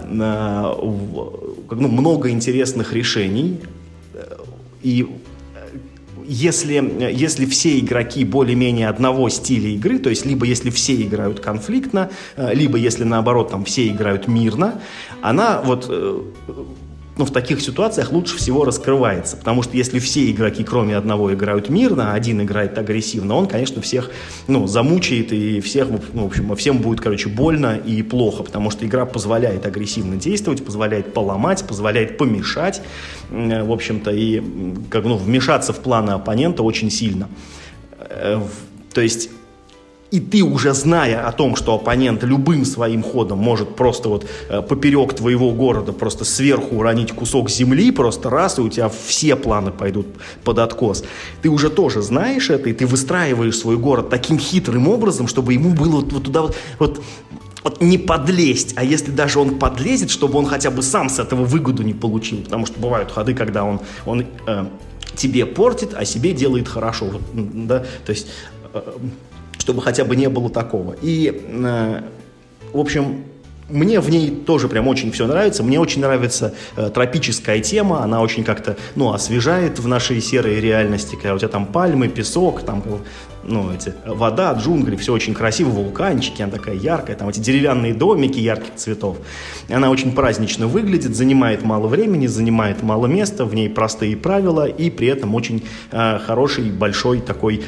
много интересных решений, и если все игроки более-менее одного стиля игры, то есть либо если все играют конфликтно, либо если наоборот там все играют мирно, она вот в таких ситуациях лучше всего раскрывается, потому что если все игроки, кроме одного, играют мирно, а один играет агрессивно, он, конечно, всех замучает и всех, в общем, всем будет, больно и плохо, потому что игра позволяет агрессивно действовать, позволяет поломать, позволяет помешать, в общем-то, и вмешаться в планы оппонента очень сильно. То есть и ты, уже зная о том, что оппонент любым своим ходом может просто поперек твоего города просто сверху уронить кусок земли, просто раз, и у тебя все планы пойдут под откос. Ты уже тоже знаешь это, и ты выстраиваешь свой город таким хитрым образом, чтобы ему было туда не подлезть, а если даже он подлезет, чтобы он хотя бы сам с этого выгоду не получил, потому что бывают ходы, когда он тебе портит, а себе делает хорошо, да, то есть чтобы хотя бы не было такого. И, в общем, мне в ней тоже прям очень все нравится. Мне очень нравится тропическая тема. Она очень как-то, освежает в нашей серой реальности. Когда у тебя там пальмы, песок, там, вода, джунгли, все очень красиво, вулканчики, она такая яркая, там эти деревянные домики ярких цветов. Она очень празднично выглядит, занимает мало времени, занимает мало места, в ней простые правила и при этом очень хороший, большой такой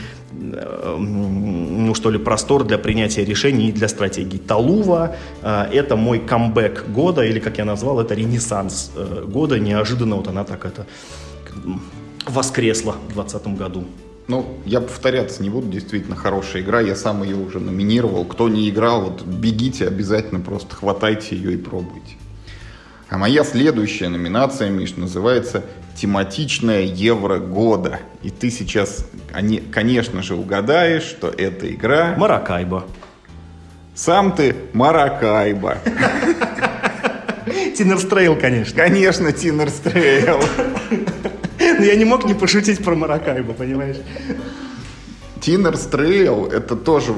простор для принятия решений и для стратегий. Талува — это мой камбэк года, или, как я назвал, это ренессанс года. Неожиданно она так воскресла в 2020 году. Я повторяться не буду, действительно хорошая игра, я сам ее уже номинировал. Кто не играл, бегите, обязательно просто хватайте ее и пробуйте. А моя следующая номинация, Миш, называется «Тематичная Евро года». И ты сейчас, конечно же, угадаешь, что эта игра... Маракайбо. Сам ты Маракайбо. Тинерс Трейл, конечно. Конечно, Тинерс Трейл. Но я не мог не пошутить про Маракайбо, понимаешь? Тинерс Трейл — это тоже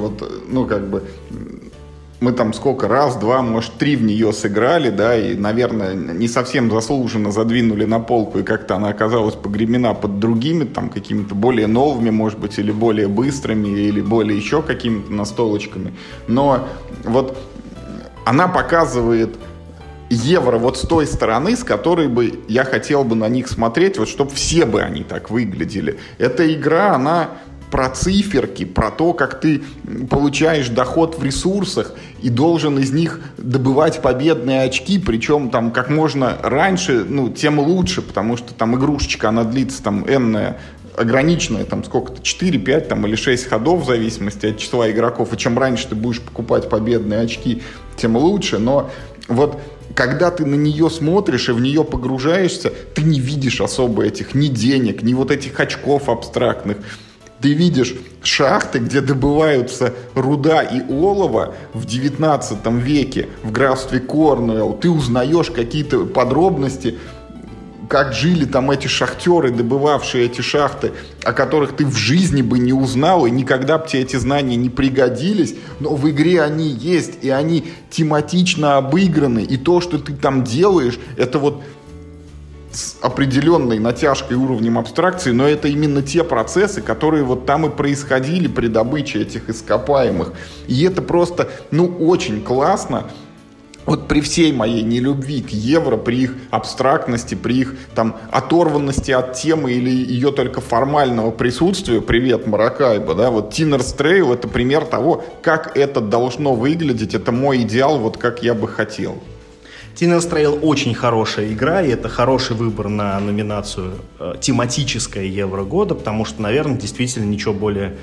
мы там раз, два, может, 3 в нее сыграли, да, и, наверное, не совсем заслуженно задвинули на полку, и как-то она оказалась погребена под другими, там, какими-то более новыми, может быть, или более быстрыми, или более еще какими-то настолочками. Но она показывает евро с той стороны, с которой бы я хотел бы на них смотреть, чтобы все бы они так выглядели. Эта игра, она про циферки, про то, как ты получаешь доход в ресурсах и должен из них добывать победные очки, причем там как можно раньше, тем лучше, потому что там игрушечка, она длится там энное, ограниченное, там сколько-то, 4, 5 там, или 6 ходов в зависимости от числа игроков, и чем раньше ты будешь покупать победные очки, тем лучше, но когда ты на нее смотришь и в нее погружаешься, ты не видишь особо ни денег, ни этих очков абстрактных. Ты видишь шахты, где добываются руда и олово в 19 веке в графстве Корнуэлл. Ты узнаешь какие-то подробности, как жили там эти шахтеры, добывавшие эти шахты, о которых ты в жизни бы не узнал, и никогда бы тебе эти знания не пригодились, но в игре они есть, и они тематично обыграны, и то, что ты там делаешь, это с определенной натяжкой уровнем абстракции, но это именно те процессы, которые там и происходили при добыче этих ископаемых. И это просто, очень классно. При всей моей нелюбви к евро, при их абстрактности, при их оторванности от темы или ее только формального присутствия, привет, Маракайбо, да, Тинерс Трейл — это пример того, как это должно выглядеть, это мой идеал, как я бы хотел. Тинерс Трейл очень хорошая игра, и это хороший выбор на номинацию тематическая Евро года, потому что, наверное, действительно ничего более,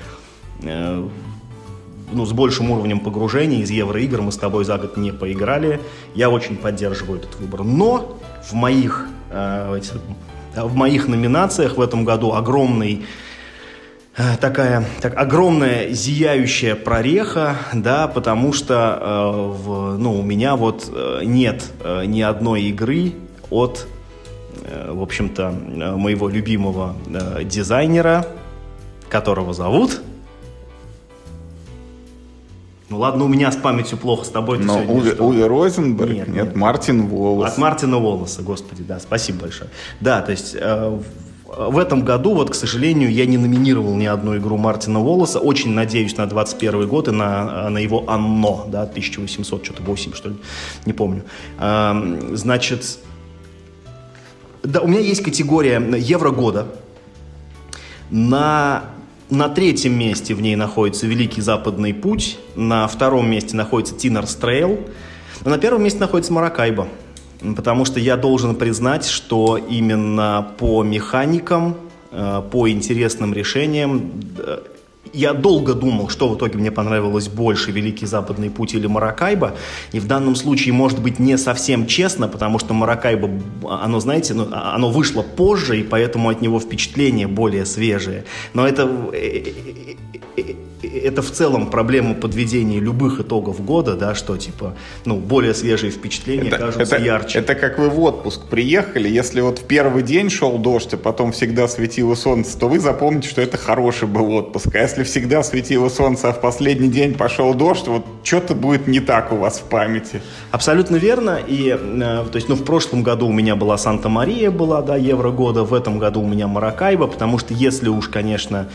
с большим уровнем погружения из евроигр мы с тобой за год не поиграли. Я очень поддерживаю этот выбор. Но в моих номинациях в этом году огромная зияющая прореха, да, потому что у меня нет ни одной игры от, в общем-то, моего любимого дизайнера, которого зовут... Ладно, у меня с памятью плохо, с тобой-то сегодня что? Уве Розенберг? Нет, Мартин Волос. От Мартина Волоса, господи, да, спасибо большое. Да, то есть в этом году, вот, к сожалению, я не номинировал ни одну игру Мартина Воллеса. Очень надеюсь на 21 год и на его «Анно», да, 1808, что ли, не помню. Значит, да, у меня есть категория Евро года. На третьем месте в ней находится «Великий Западный путь», на втором месте находится «Тинерс Трейл», а на первом месте находится «Маракайбо». Потому что я должен признать, что именно по механикам, по интересным решениям, я долго думал, что в итоге мне понравилось больше, «Великий Западный путь» или «Маракайбо». И в данном случае, может быть, не совсем честно, потому что «Маракайбо», оно, знаете, оно вышло позже, и поэтому от него впечатления более свежие. Но это в целом проблема подведения любых итогов года, да, что типа, более свежие впечатления кажутся ярче. Это как вы в отпуск приехали, если вот в первый день шел дождь, а потом всегда светило солнце, то вы запомните, что это хороший был отпуск. А если всегда светило солнце, а в последний день пошел дождь, вот что-то будет не так у вас в памяти. Абсолютно верно. И, то есть, в прошлом году у меня была Санта-Мария, была, да, Евро года, в этом году у меня Маракайбо, потому что если уж, конечно,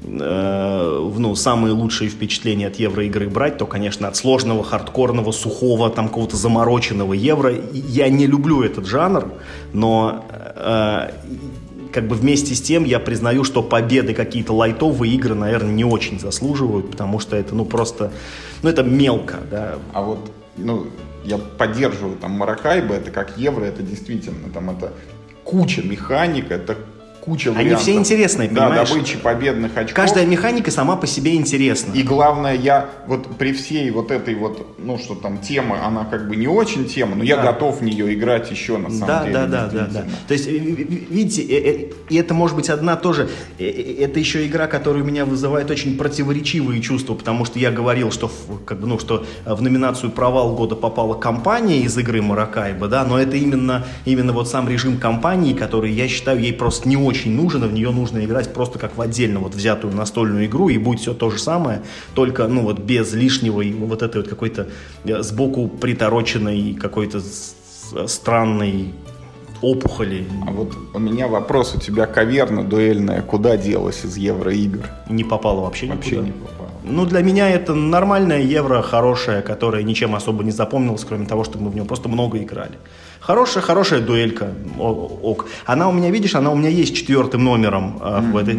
самые лучшие впечатления от евроигры брать, то, конечно, от сложного, хардкорного, сухого, там, какого-то замороченного евро. Я не люблю этот жанр, но как бы вместе с тем я признаю, что победы какие-то лайтовые игры, наверное, не очень заслуживают, потому что это, просто, это мелко, да. А вот, я поддерживаю, там, Маракайбо, это как евро, это действительно, там, это куча механик, это куча вариантов. Они все интересные, понимаешь? Да, добычи победных очков. Каждая механика сама по себе интересна. И главное, я вот при всей вот этой вот, что там тема, она как бы не очень тема, но я готов в нее играть еще на самом деле. Да. То есть, видите, и это может быть одна тоже, это еще игра, которая у меня вызывает очень противоречивые чувства, потому что я говорил, что что в номинацию «Провал года» попала компания из игры Маракайбо, да, но это именно вот сам режим кампании, который, я считаю, ей просто не очень нужен, и в нее нужно играть просто как в отдельно вот взятую настольную игру, и будет все то же самое, только, без лишнего и вот этой вот какой-то сбоку притороченной какой-то странной опухоли. А вот у меня вопрос, у тебя каверна дуэльная куда делась из евроигр? Не попала вообще никуда. Вообще не попала. Для меня это нормальная евро, хорошая, которая ничем особо не запомнилась, кроме того, что мы в нее просто много играли. Хорошая дуэлька. Ок. Она у меня, видишь, она у меня есть 4-м номером в этой...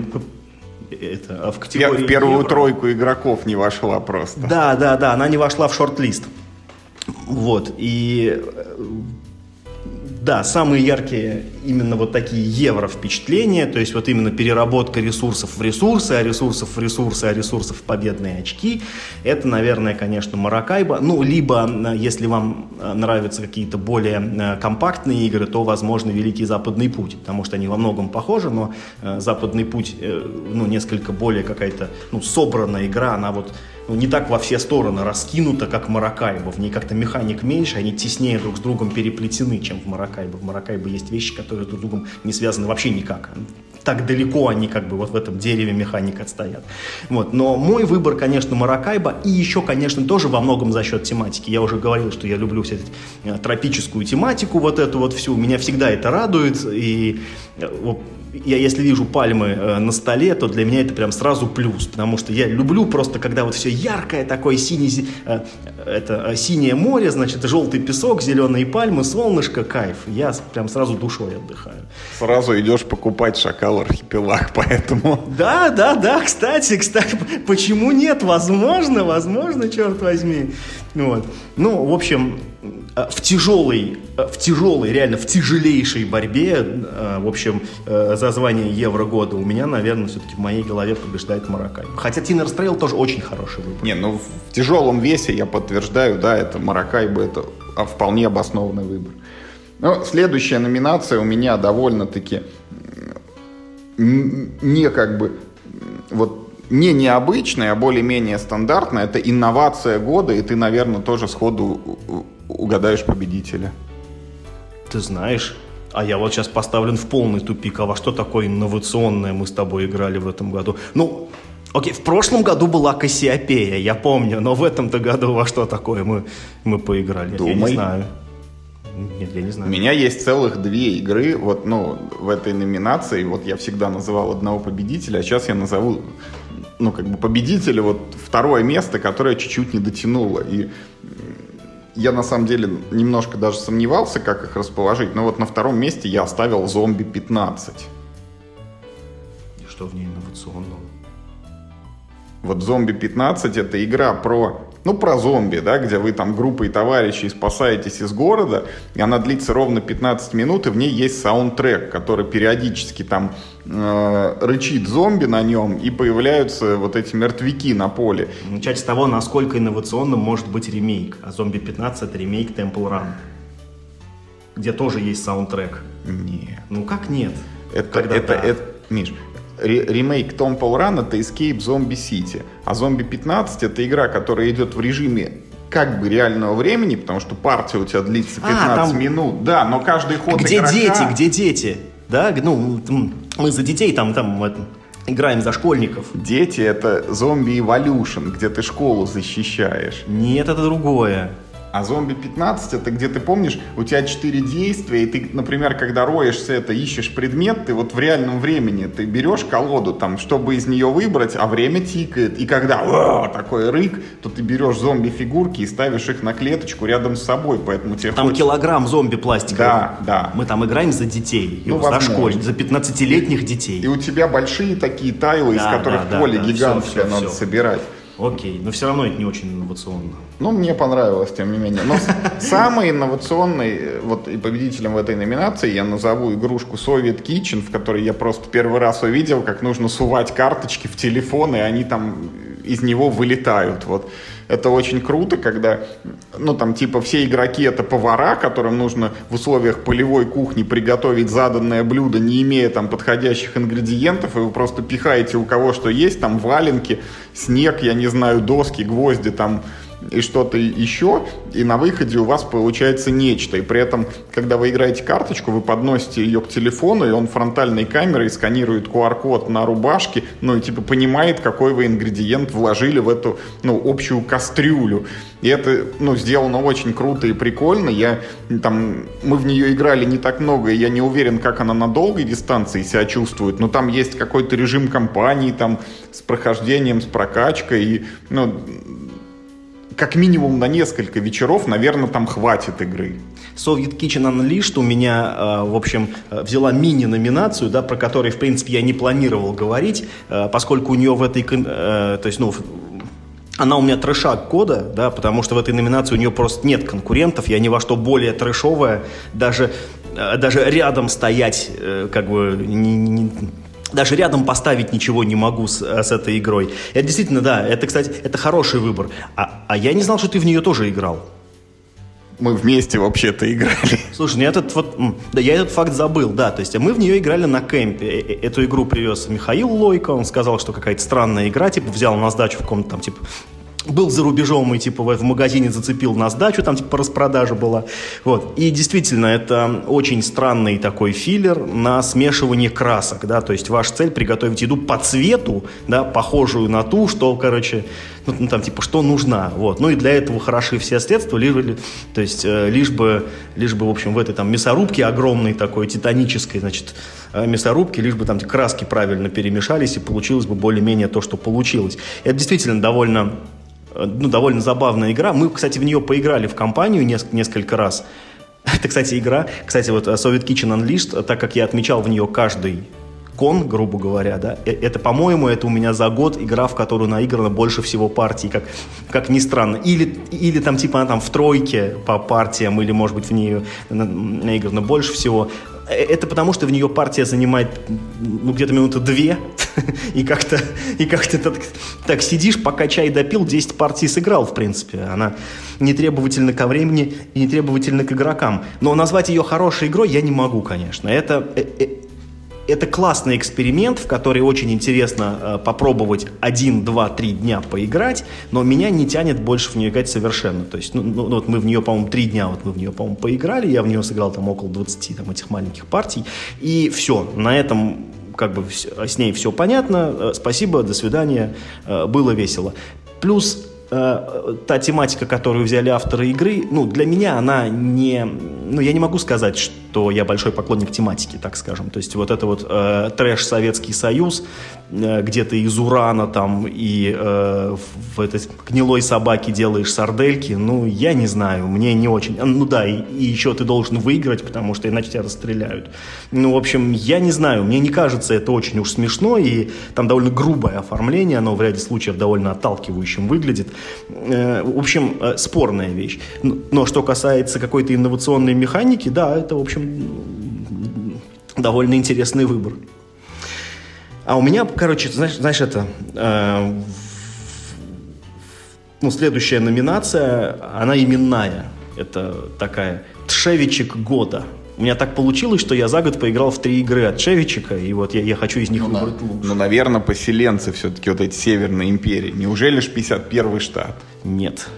в категории в первую евро. Тройку игроков не вошла просто. Да, она не вошла в шорт-лист. Вот, и... Да, самые яркие именно вот такие евро впечатления, то есть вот именно переработка ресурсов в ресурсы, а ресурсов в ресурсы, а ресурсов в победные очки. Это, наверное, конечно, Маракайбо. Либо, если вам нравятся какие-то более компактные игры, то, возможно, Великий Западный путь, потому что они во многом похожи, но Западный путь, несколько более какая-то, собранная игра, она вот не так во все стороны раскинута, как Маракайбо. В ней как-то механик меньше, они теснее друг с другом переплетены, чем в Маракайбо. В Маракайбо есть вещи, которые друг с другом не связаны вообще никак. Так далеко они как бы вот в этом дереве механик отстоят. Вот. Но мой выбор, конечно, Маракайбо. И еще, конечно, тоже во многом за счет тематики. Я уже говорил, что я люблю всю эту тропическую тематику, вот эту вот всю. Меня всегда это радует. И я, если вижу пальмы на столе, то для меня это прям сразу плюс. Потому что я люблю просто, когда вот все яркое, такое синее море, значит, желтый песок, зеленые пальмы, солнышко, кайф. Я прям сразу душой отдыхаю. Сразу идешь покупать шакал архипелаг, поэтому... Да, кстати, почему нет? Возможно, черт возьми. Вот. В общем, в тяжелой, реально в тяжелейшей борьбе, в общем, за звание Евро года у меня, наверное, все-таки в моей голове побеждает Маракайбо. Хотя Тинерс Трейл тоже очень хороший выбор. В тяжелом весе, я подтверждаю, да, это Маракайбо, это вполне обоснованный выбор. Следующая номинация у меня довольно-таки не необычная, а более-менее стандартная. Это инновация года, и ты, наверное, тоже сходу угадаешь победителя. Ты знаешь, а я вот сейчас поставлен в полный тупик. А во что такое инновационное мы с тобой играли в этом году? Окей, в прошлом году была Кассиопея, я помню, но в этом-то году во что такое мы поиграли? Думай. Я не знаю. Нет, я не знаю. У меня есть целых 2 игры вот, ну, в этой номинации. Вот я всегда называл одного победителя, а сейчас я назову, ну, как бы победителя, вот второе место, которое чуть-чуть не дотянуло. И я, на самом деле, немножко даже сомневался, как их расположить, но вот на втором месте я оставил «Зомби 15». И что в ней инновационного? Вот «Зомби 15» — это игра про зомби, да, где вы там группой товарищей спасаетесь из города, и она длится ровно 15 минут, и в ней есть саундтрек, который периодически там рычит зомби на нем, и появляются вот эти мертвяки на поле. Начать с того, насколько инновационным может быть ремейк. А «Зомби 15» — это ремейк Temple Run, где тоже есть саундтрек. Нет. Ну как нет? Миш, ремейк Temple Run — это Escape Zombie City, а «Зомби 15» — это игра, которая идет в режиме как бы реального времени, потому что партия у тебя длится 15 минут, да, но каждый ход где игрока... Где дети? Да, ну, мы за детей там играем за школьников. Дети — это Zombie Evolution, где ты школу защищаешь. Нет, это другое. А «Зомби 15» — это где, ты помнишь, у тебя 4 действия, и ты, например, когда роешься, ищешь предмет, ты вот в реальном времени, ты берешь колоду, там, чтобы из нее выбрать, а время тикает, и когда такой рык, то ты берешь зомби-фигурки и ставишь их на клеточку рядом с собой, поэтому тебе там килограмм зомби пластиковых. Да. Мы там играем за детей, за школьников, за 15-летних детей. И у тебя большие такие тайлы, из которых поле гигантское надо собирать. Окей, но все равно это не очень инновационно. Ну, мне понравилось, тем не менее. Но самый инновационный, вот и победителем в этой номинации я назову игрушку Soviet Kitchen, в которой я просто первый раз увидел, как нужно сувать карточки в телефон, и они там из него вылетают. Вот. Это очень круто, когда, все игроки — это повара, которым нужно в условиях полевой кухни приготовить заданное блюдо, не имея там подходящих ингредиентов, и вы просто пихаете у кого что есть, там валенки, снег, я не знаю, доски, гвозди там и что-то еще, и на выходе у вас получается нечто. И при этом, когда вы играете карточку, вы подносите ее к телефону, и он фронтальной камерой сканирует QR-код на рубашке, понимает, какой вы ингредиент вложили в эту, общую кастрюлю. И это, сделано очень круто и прикольно. Мы в нее играли не так много, и я не уверен, как она на долгой дистанции себя чувствует, но там есть какой-то режим кампании, там, с прохождением, с прокачкой, и, как минимум на несколько вечеров, наверное, там хватит игры. Soviet Kitchen Unleashed у меня, взяла мини-номинацию, да, про которую, в принципе, я не планировал говорить, поскольку у нее в этой... она у меня трэшак года, да, потому что в этой номинации у нее просто нет конкурентов, я ни во что более трэшовая, даже рядом стоять, даже рядом поставить ничего не могу с этой игрой. Это действительно, да, это, кстати, это хороший выбор. А я не знал, что ты в нее тоже играл. Мы вместе вообще-то играли. Слушай, я этот факт забыл, да. То есть мы в нее играли на кемпе. Эту игру привез Михаил Лойко. Он сказал, что какая-то странная игра, взял на сдачу в каком-то там, был за рубежом и, в магазине зацепил на сдачу, там, по распродаже была. Вот. И действительно, это очень странный такой филлер на смешивание красок, да, то есть ваша цель — приготовить еду по цвету, да, похожую на ту, что, что нужна, вот. Ну и для этого хороши все средства, лишь бы, в общем, в этой там мясорубке огромной такой, титанической, мясорубке, лишь бы там краски правильно перемешались, и получилось бы более-менее то, что получилось. Это действительно довольно забавная игра. Мы, кстати, в нее поиграли в компанию несколько раз. Это, кстати, игра. Кстати, Soviet Kitchen Unleashed, так как я отмечал в нее каждый кон, грубо говоря, да, это, по-моему, это у меня за год игра, в которую наиграно больше всего партий, как ни странно. Или там, она в тройке по партиям, или, может быть, в нее наиграно больше всего. Это потому, что в нее партия занимает где-то минуты 2, и как-то так сидишь, пока чай допил, 10 партий сыграл, в принципе. Она не требовательна ко времени и не требовательна к игрокам. Но назвать ее хорошей игрой я не могу, конечно. Это классный эксперимент, в который очень интересно попробовать 1, 2, 3 дня поиграть, но меня не тянет больше в нее играть совершенно. То есть, мы в нее, по-моему, 3 дня поиграли, я в нее сыграл около 20 этих маленьких партий, и все, на этом с ней все понятно, спасибо, до свидания, было весело. Плюс та тематика, которую взяли авторы игры, для меня она не я не могу сказать, что я большой поклонник тематики, так скажем. То есть вот это вот трэш Советский Союз, где-то из урана там и в этой гнилой собаке делаешь сардельки, я не знаю, мне не очень. И еще ты должен выиграть, потому что иначе тебя расстреляют. В общем, я не знаю, мне не кажется это очень уж смешно, и там довольно грубое оформление, оно в ряде случаев довольно отталкивающим выглядит. В общем, спорная вещь. Но что касается какой-то инновационной механики, да, это, в общем, довольно интересный выбор. А у меня, короче, знаешь это... следующая номинация, она именная. Это такая «Тшевичек года». У меня так получилось, что я за год поиграл в 3 игры от Тшевичика, и вот я хочу из них выбрать лучше. Наверное, поселенцы все-таки, вот эти Северные империи. Неужели ж 51-й штат? Нет.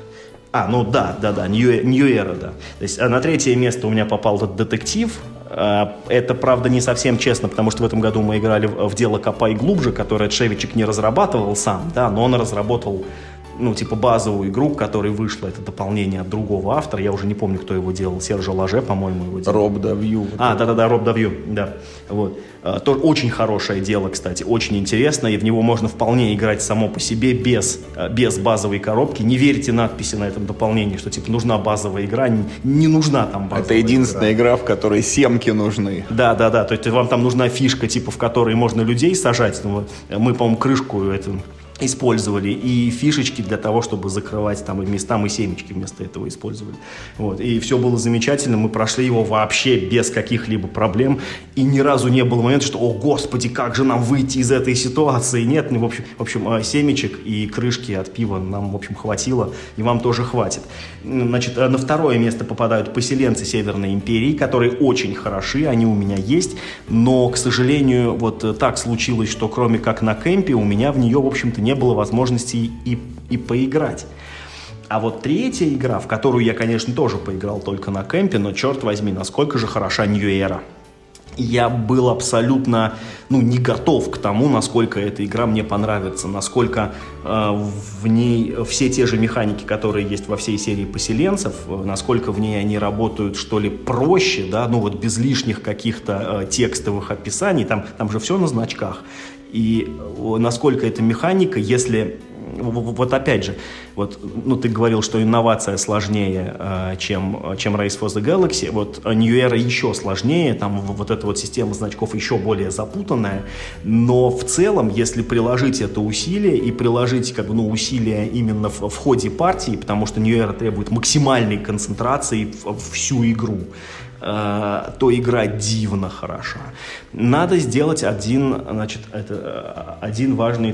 Нью-эра, да. То есть на 3-е место у меня попал этот детектив. Это, правда, не совсем честно, потому что в этом году мы играли в дело «Копай глубже», которое Тшевичик не разрабатывал сам, да, но он разработал базовую игру, которая вышла, это дополнение от другого автора, я уже не помню, кто его делал, Сержо Лаже, по-моему, его делал. Роб Давью. Роб Давью, да. Вот. Тоже очень хорошее дело, кстати, очень интересно, и в него можно вполне играть само по себе, без базовой коробки. Не верьте надписи на этом дополнении, что нужна базовая игра, не нужна там базовая игра. Это единственная игра, в которой семки нужны. Да, то есть вам там нужна фишка, в которой можно людей сажать. Мы, по-моему, крышку использовали, и фишечки для того, чтобы закрывать там и места, мы семечки вместо этого использовали. Вот. И все было замечательно, мы прошли его вообще без каких-либо проблем, и ни разу не было момента, что, о господи, как же нам выйти из этой ситуации? Нет, в общем, семечек и крышки от пива нам, в общем, хватило, и вам тоже хватит. Значит, на 2-е место попадают поселенцы Северной империи, которые очень хороши, они у меня есть, но, к сожалению, вот так случилось, что кроме как на кемпе, у меня в нее, в общем-то, не было возможности и поиграть. А вот 3-я игра, в которую я, конечно, тоже поиграл только на кемпе, но, черт возьми, насколько же хороша Нью-эра. Я был абсолютно, не готов к тому, насколько эта игра мне понравится, насколько в ней все те же механики, которые есть во всей серии поселенцев, насколько в ней они работают, что ли, проще, да, без лишних каких-то текстовых описаний, там же все на значках. И насколько эта механика, если... Вот опять же, ты говорил, что инновация сложнее, чем Race for the Galaxy. Вот New-Era еще сложнее, там вот эта вот система значков еще более запутанная. Но в целом, если приложить это усилие и приложить усилия именно в ходе партии, потому что New-Era требует максимальной концентрации в всю игру, то игра дивно хороша. Надо сделать один важный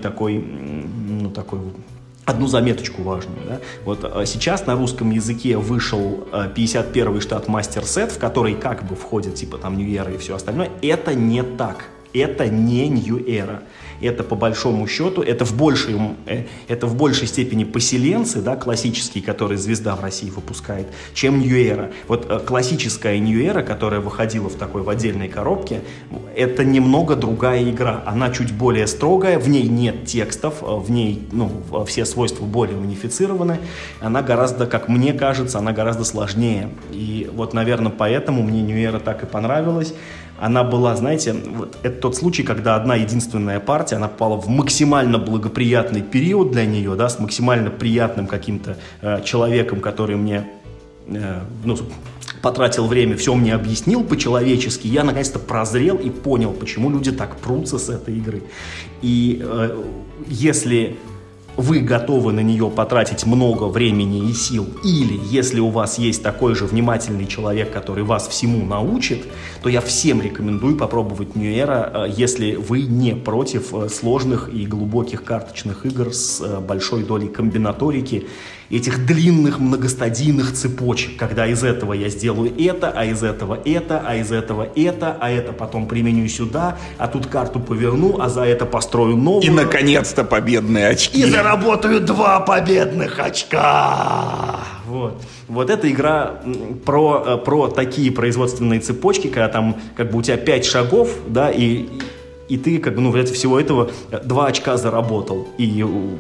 одну заметочку важную. Да? Вот сейчас на русском языке вышел 51-й штат Мастер Сет, в который как бы входит New-Era и все остальное. Это не так. Это не New-Era. Это по большому счету, это в большей степени поселенцы, да, классические, которые Звезда в России выпускает, чем New-Era. Вот классическая New-Era, которая выходила в отдельной коробке, это немного другая игра. Она чуть более строгая, в ней нет текстов, в ней все свойства более унифицированы. Она гораздо, как мне кажется, она гораздо сложнее. И вот, наверное, поэтому мне New-Era так и понравилась. Она была, знаете, это тот случай, когда одна единственная партия, она попала в максимально благоприятный период для нее, да, с максимально приятным каким-то человеком, который мне потратил время, все мне объяснил по-человечески. Я наконец-то прозрел и понял, почему люди так прутся с этой игры. И если вы готовы на нее потратить много времени и сил, или если у вас есть такой же внимательный человек, который вас всему научит, то я всем рекомендую попробовать New-Era, если вы не против сложных и глубоких карточных игр с большой долей комбинаторики, этих длинных многостадийных цепочек, когда из этого я сделаю это, а из этого это, а из этого это, а это потом применю сюда, а тут карту поверну, а за это построю новую. И, наконец-то, победные очки. И заработаю 2 победных очка. Вот эта игра про такие производственные цепочки, когда там у тебя 5 шагов, да, и ты в всего этого 2 очка заработал. И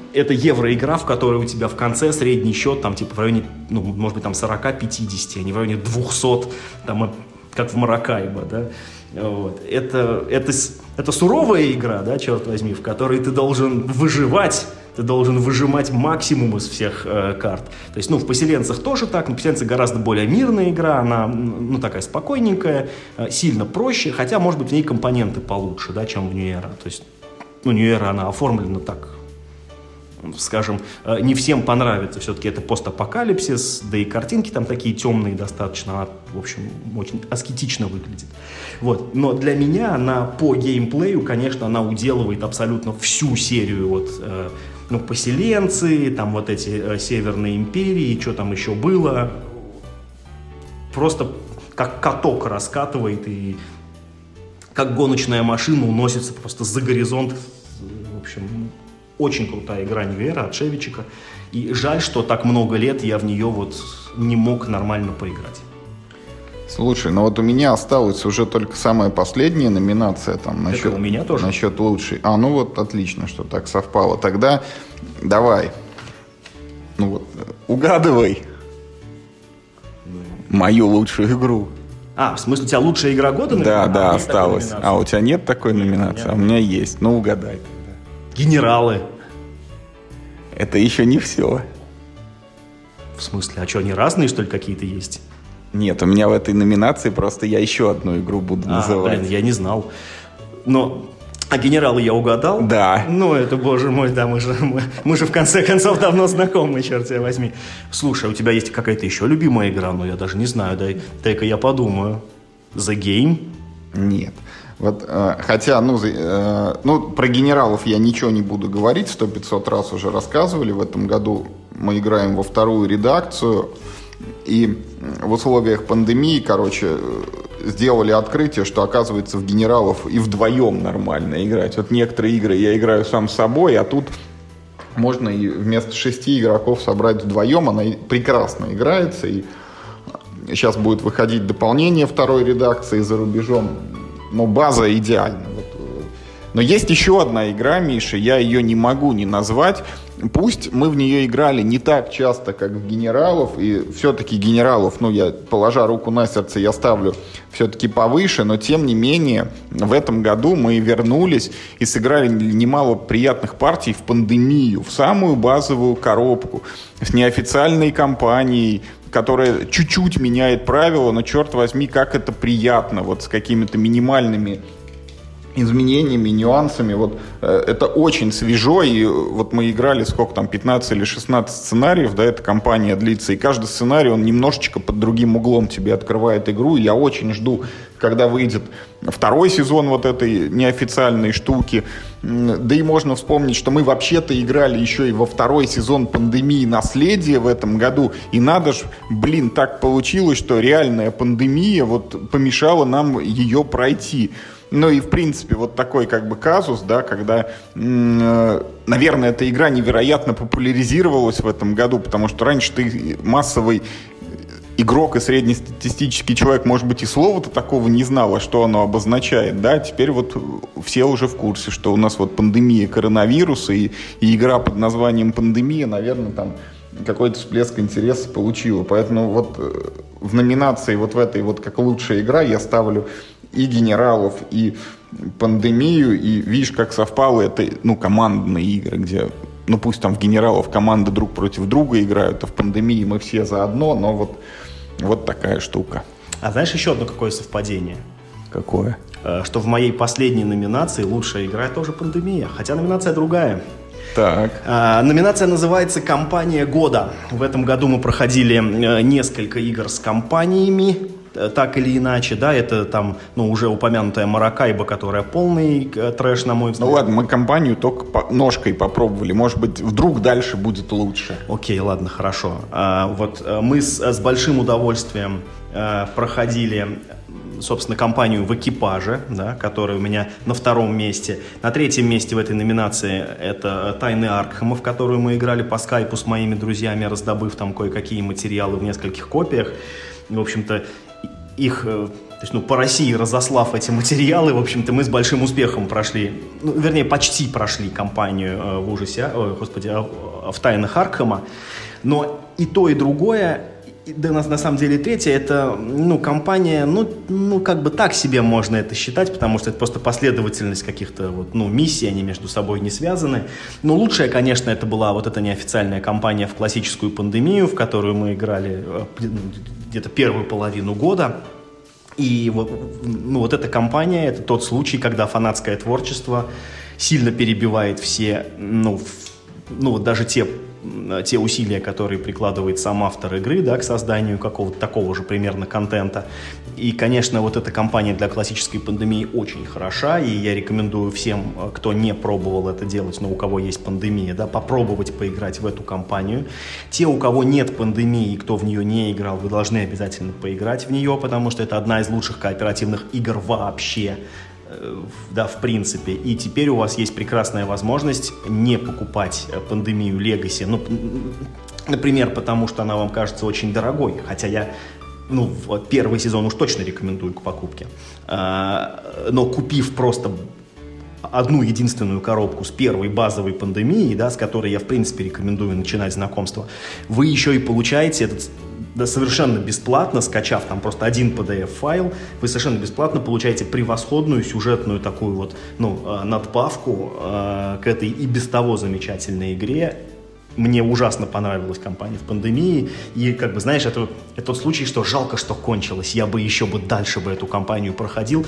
это евроигра, в которой у тебя в конце средний счет, там, типа, в районе, ну, может быть, там, 40-50, а не в районе 200, там, как в Маракайбо, да. Вот. Это суровая игра, да, черт возьми, в которой ты должен выживать, ты должен выжимать максимум из всех карт. То есть, ну, в «Поселенцах» тоже так, но «Поселенцы» гораздо более мирная игра, она, ну, такая спокойненькая, сильно проще, хотя, может быть, в ней компоненты получше, да, чем в New Era. То есть, ну, New Era, она оформлена так, скажем, не всем понравится. Все-таки это постапокалипсис, да и картинки там такие темные достаточно, она, в общем, очень аскетично выглядит. Вот. Но для меня она по геймплею, конечно, она уделывает абсолютно всю серию вот, ну, «Поселенцы», там вот эти «Северные империи», что там еще было. Просто как каток раскатывает и как гоночная машина уносится просто за горизонт. В общем, очень крутая игра New Era от Шевичика. И жаль, что так много лет я в нее вот не мог нормально поиграть. Слушай, ну вот у меня осталась уже только самая последняя номинация там насчет, у меня тоже. Насчет лучшей. Ну вот отлично, что так совпало. Тогда давай. Ну вот, угадывай мою лучшую игру. В смысле, у тебя лучшая игра года? Да, осталось. У тебя нет такой номинации? Нет. А у меня есть. Ну, угадай. «Генералы». Это еще не все. В смысле, а что, они разные, что ли, какие-то есть? Нет, у меня в этой номинации просто я еще одну игру буду называть. Блин, я не знал. Но... А «Генералы» я угадал? Да. Ну, это, боже мой, да, мы же в конце концов давно знакомы, черт тебя возьми. Слушай, у тебя есть какая-то еще любимая игра? Ну, я даже не знаю, дай-ка я подумаю. «The Game»? Нет. Вот, хотя, про «Генералов» я ничего не буду говорить, 100-500 раз уже рассказывали. В этом году мы играем во вторую редакцию, и в условиях пандемии, сделали открытие, что, оказывается, в «Генералов» и вдвоем нормально играть. Вот некоторые игры я играю сам с собой, а тут можно и вместо 6 игроков собрать вдвоем. Она прекрасно играется, и сейчас будет выходить дополнение второй редакции за рубежом. Но база идеальна. Но есть еще одна игра, Миша, я ее не могу не назвать. Пусть мы в нее играли не так часто, как в «Генералов», и все-таки «Генералов», я, положа руку на сердце, я ставлю все-таки повыше, но тем не менее в этом году мы вернулись и сыграли немало приятных партий в «Пандемию», в самую базовую коробку, с неофициальной кампанией, которая чуть-чуть меняет правила, но, черт возьми, как это приятно, вот с какими-то минимальными изменениями, нюансами. Вот это очень свежо, и вот мы играли 15 или 16 сценариев, да, эта кампания длится, и каждый сценарий, он немножечко под другим углом тебе открывает игру, и я очень жду, когда выйдет второй сезон вот этой неофициальной штуки. Да и можно вспомнить, что мы вообще-то играли еще и во второй сезон «Пандемии. Наследие» в этом году, и надо ж, так получилось, что реальная пандемия вот помешала нам ее пройти. Ну и, в принципе, вот такой казус, да, когда, наверное, эта игра невероятно популяризировалась в этом году, потому что раньше ты массовый игрок и среднестатистический человек, может быть, и слова-то такого не знал, что оно обозначает, да, теперь вот все уже в курсе, что у нас вот пандемия коронавируса, и игра под названием «Пандемия», наверное, там какой-то всплеск интереса получила. Поэтому вот в номинации вот в этой вот как лучшая игра я ставлю и «Генералов», и «Пандемию», и видишь, как совпало, это, командные игры, где, пусть там в «Генералов» команды друг против друга играют, а в «Пандемии» мы все заодно, но вот такая штука. А знаешь еще одно какое совпадение? Какое? Что в моей последней номинации лучшая игра тоже «Пандемия», хотя номинация другая. Так. Номинация называется «Компания года». В этом году мы проходили несколько игр с компаниями, так или иначе, да, это там, уже упомянутая Маракайбо, которая полный трэш, на мой взгляд. Ладно, мы компанию только ножкой попробовали, может быть, вдруг дальше будет лучше. Окей, ладно, хорошо. Вот мы с большим удовольствием проходили, собственно, компанию «В экипаже», да, которая у меня на втором месте. На третьем месте в этой номинации это «Тайны Аркхема», в которую мы играли по скайпу с моими друзьями, раздобыв там кое-какие материалы в нескольких копиях. В общем-то, их есть, по России разослав эти материалы, в общем-то, мы с большим успехом прошли, вернее, почти прошли кампанию в ужасе, в тайнах Аркхема. Но и то, и другое, да, на самом деле третье, это, компания, как бы так себе можно это считать, потому что это просто последовательность каких-то миссий, они между собой не связаны. Но лучшая, конечно, это была вот эта неофициальная кампания в классическую пандемию, в которую мы играли где-то первую половину года. И вот эта кампания, это тот случай, когда фанатское творчество сильно перебивает все, даже те усилия, которые прикладывает сам автор игры, да, к созданию какого-то такого же примерно контента. И, конечно, вот эта кампания для классической пандемии очень хороша, и я рекомендую всем, кто не пробовал это делать, но у кого есть пандемия, да, попробовать поиграть в эту кампанию. Те, у кого нет пандемии, кто в нее не играл, вы должны обязательно поиграть в нее, потому что это одна из лучших кооперативных игр вообще, да, в принципе. И теперь у вас есть прекрасная возможность не покупать пандемию Legacy, например, потому что она вам кажется очень дорогой, хотя я, первый сезон уж точно рекомендую к покупке. Но купив просто одну единственную коробку с первой базовой пандемией, да, с которой я, в принципе, рекомендую начинать знакомство, вы еще и получаете этот... Да, совершенно бесплатно, скачав там просто один PDF-файл, вы совершенно бесплатно получаете превосходную сюжетную такую надбавку к этой и без того замечательной игре. Мне ужасно понравилась кампания в пандемии, и, знаешь, это тот случай, что жалко, что кончилось, я бы еще дальше эту кампанию проходил.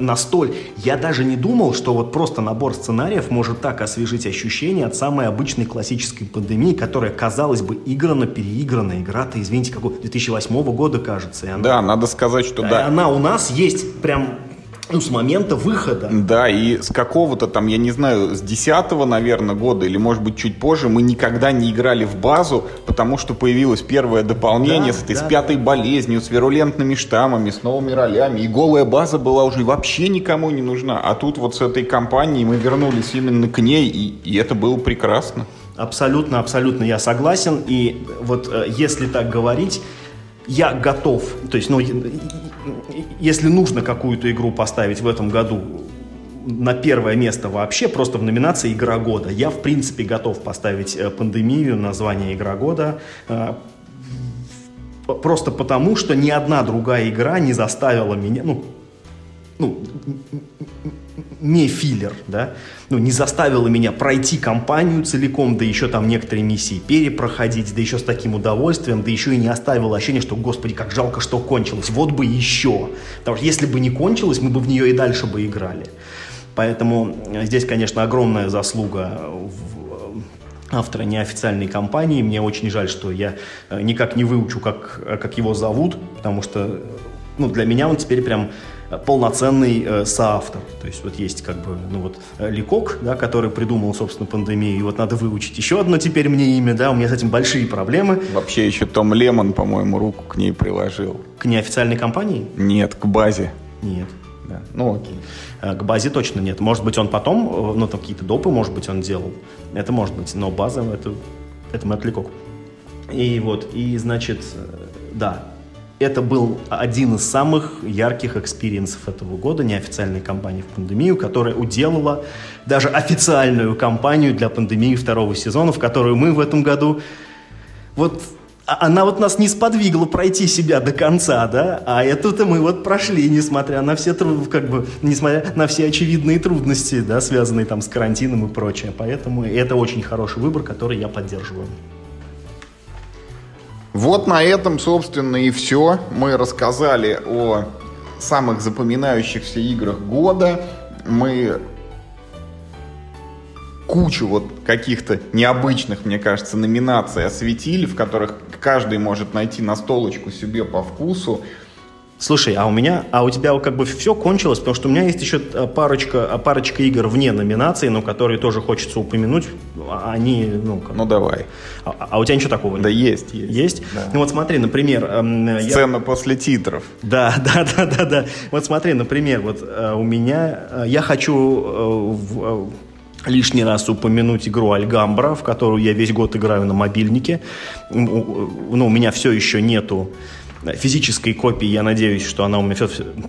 Я даже не думал, что просто набор сценариев может так освежить ощущения от самой обычной классической пандемии, которая, казалось бы, переиграна. Игра-то, извините, 2008 года, кажется. Да, надо сказать, что да. Она у нас есть прям... с момента выхода. Да, и с какого-то там, я не знаю, с 10-го, наверное, года, или, может быть, чуть позже, мы никогда не играли в базу, потому что появилось первое дополнение с пятой болезнью, с вирулентными штаммами, с новыми ролями, и голая база была уже вообще никому не нужна. А тут с этой кампанией мы вернулись именно к ней, и это было прекрасно. Абсолютно, абсолютно я согласен, и если так говорить, я готов, то есть, если нужно какую-то игру поставить в этом году на первое место вообще, просто в номинации «Игра года», я, в принципе, готов поставить «Пандемию» на звание «Игра года», просто потому, что ни одна другая игра не заставила меня, не филлер, да, не заставила меня пройти кампанию целиком, да еще там некоторые миссии перепроходить, да еще с таким удовольствием, да еще и не оставила ощущение, что, господи, как жалко, что кончилось, вот бы еще. Потому что если бы не кончилось, мы бы в нее и дальше бы играли. Поэтому здесь, конечно, огромная заслуга автора неофициальной кампании. Мне очень жаль, что я никак не выучу, как его зовут, потому что для меня он теперь прям полноценный соавтор. То есть есть Ликок, да, который придумал, собственно, пандемию, и надо выучить еще одно теперь мне имя, да, у меня с этим большие проблемы. Вообще еще Том Лемон, по-моему, руку к ней приложил. К неофициальной кампании? Нет, к базе. Нет. Да. Окей. К базе точно нет. Может быть, он потом, какие-то допы, может быть, он делал. Это может быть, но база, это Мэтт Ликок. И значит, да, это был один из самых ярких экспириенсов этого года, неофициальной кампании в пандемию, которая уделала даже официальную кампанию для пандемии второго сезона, в которую мы в этом году... Она нас не сподвигла пройти себя до конца, да, а эту-то мы прошли, несмотря на все несмотря на все очевидные трудности, да, связанные там с карантином и прочее. Поэтому это очень хороший выбор, который я поддерживаю. На этом, собственно, и все. Мы рассказали о самых запоминающихся играх года. Мы кучу каких-то необычных, мне кажется, номинаций осветили, в которых каждый может найти настолочку себе по вкусу. Слушай, а у тебя все кончилось, потому что у меня есть еще парочка игр вне номинации, но которые тоже хочется упомянуть. Они, давай. А у тебя ничего такого нет? Да, есть. Есть? Да. Смотри, например... Сцена после титров. Да. Смотри, например, у меня... Я хочу лишний раз упомянуть игру Альгамбра, в которую я весь год играю на мобильнике. У меня все еще нету физической копии, я надеюсь, что она у меня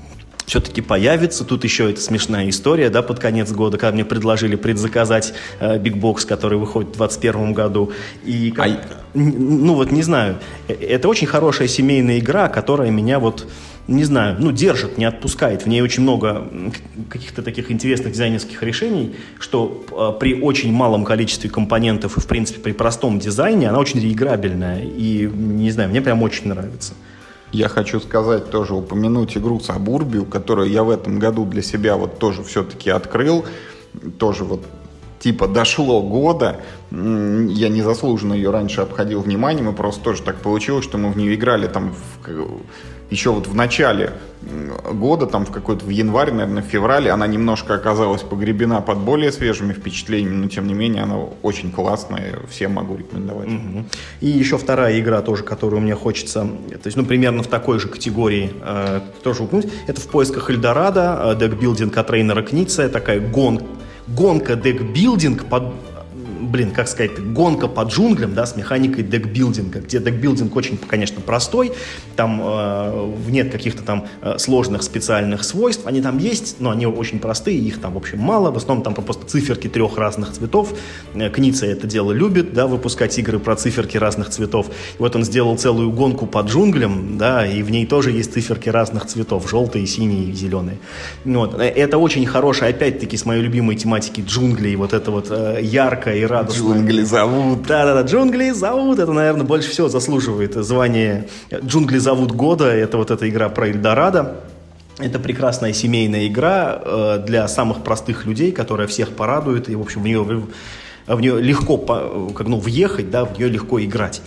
все-таки появится. Тут еще эта смешная история, да, под конец года, когда мне предложили предзаказать Big Box, который выходит в 2021 году. И, ну вот, не знаю, это очень хорошая семейная игра, которая меня вот, не знаю, ну, держит, не отпускает. В ней очень много каких-то таких интересных дизайнерских решений, что при очень малом количестве компонентов и, в принципе, при простом дизайне она очень реиграбельная. И, не знаю, мне прям очень нравится. Я хочу сказать, тоже упомянуть игру Suburbia, которую я в этом году для себя вот тоже все-таки открыл. Тоже вот типа дошло года. Я незаслуженно ее раньше обходил вниманием, и просто тоже так получилось, что мы в нее играли там еще вот в начале года, там в январе, наверное, в феврале. Она немножко оказалась погребена под более свежими впечатлениями, но тем не менее она очень классная, всем могу рекомендовать. И еще вторая игра тоже, которую мне хочется, то есть, ну, примерно в такой же категории тоже упомянуть, это «В поисках Эльдорадо», декбилдинг от Рейнера Кница, такая гонка декбилдинг под... как сказать, гонка по джунглям, да, с механикой декбилдинга, где декбилдинг очень, конечно, простой, там нет каких-то там сложных специальных свойств, они там есть, но они очень простые, их там, в общем, мало, в основном там просто циферки 3 разных цветов. Кница это дело любит, да, выпускать игры про циферки разных цветов. И вот он сделал целую гонку по джунглям, да, и в ней тоже есть циферки разных цветов, желтые, синие, зеленые. Вот. Это очень хорошая, опять-таки, с моей любимой тематики джунглей, вот это вот яркое и радостное. Джунгли зовут. Да-да-да, джунгли зовут. Это, наверное, больше всего заслуживает звания «Джунгли зовут года». Это вот эта игра про Эльдорадо. Это прекрасная семейная игра для самых простых людей, которая всех порадует. И, в общем, в нее легко въехать, да, в нее легко играть.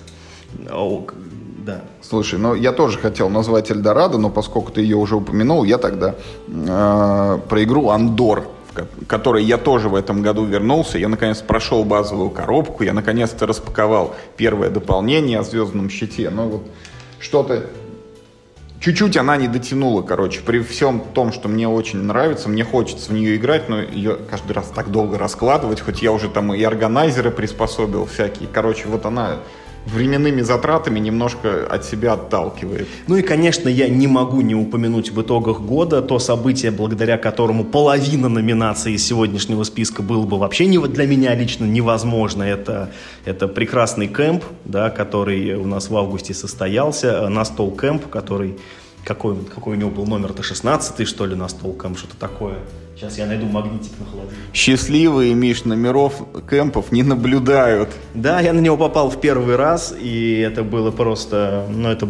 Да. Слушай, ну я тоже хотел назвать Эльдорадо, но поскольку ты ее уже упомянул, я тогда про игру «Андор», к которой я тоже в этом году вернулся. Я наконец прошел базовую коробку, я наконец-то распаковал первое дополнение о Звездном щите. Но вот что-то чуть-чуть она не дотянула, короче. При всем том, что мне очень нравится, мне хочется в нее играть, но ее каждый раз так долго раскладывать, хоть я уже там и органайзеры приспособил всякие. Короче, вот она временными затратами немножко от себя отталкивает. Ну и, конечно, я не могу не упомянуть в итогах года то событие, благодаря которому половина номинаций из сегодняшнего списка было бы вообще для меня лично невозможно. Это прекрасный кэмп, да, который у нас в августе состоялся, Настол кэмп, который... Какой у него был номер-то, 16-й, что ли, Настол кэмп, что-то такое. Сейчас я найду магнитик на холодильник. Счастливые, Миш, номеров кэмпов не наблюдают. Да, я на него попал в первый раз, и это было просто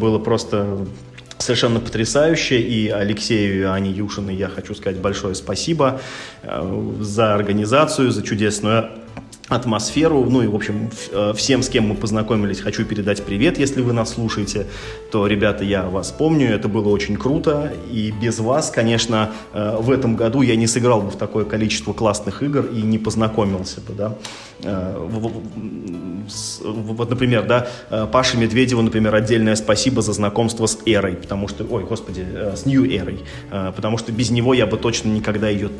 совершенно потрясающе. И Алексею и Ане Юшиной я хочу сказать большое спасибо за организацию, за чудесную атмосферу. Ну и, в общем, всем, с кем мы познакомились, хочу передать привет, если вы нас слушаете. То, ребята, я вас помню, это было очень круто. И без вас, конечно, в этом году я не сыграл бы в такое количество классных игр и не познакомился бы, да. Вот, например, да, Паше Медведеву, например, отдельное спасибо за знакомство с Эрой, потому что, с New Эрой, потому что без него я бы точно никогда ее,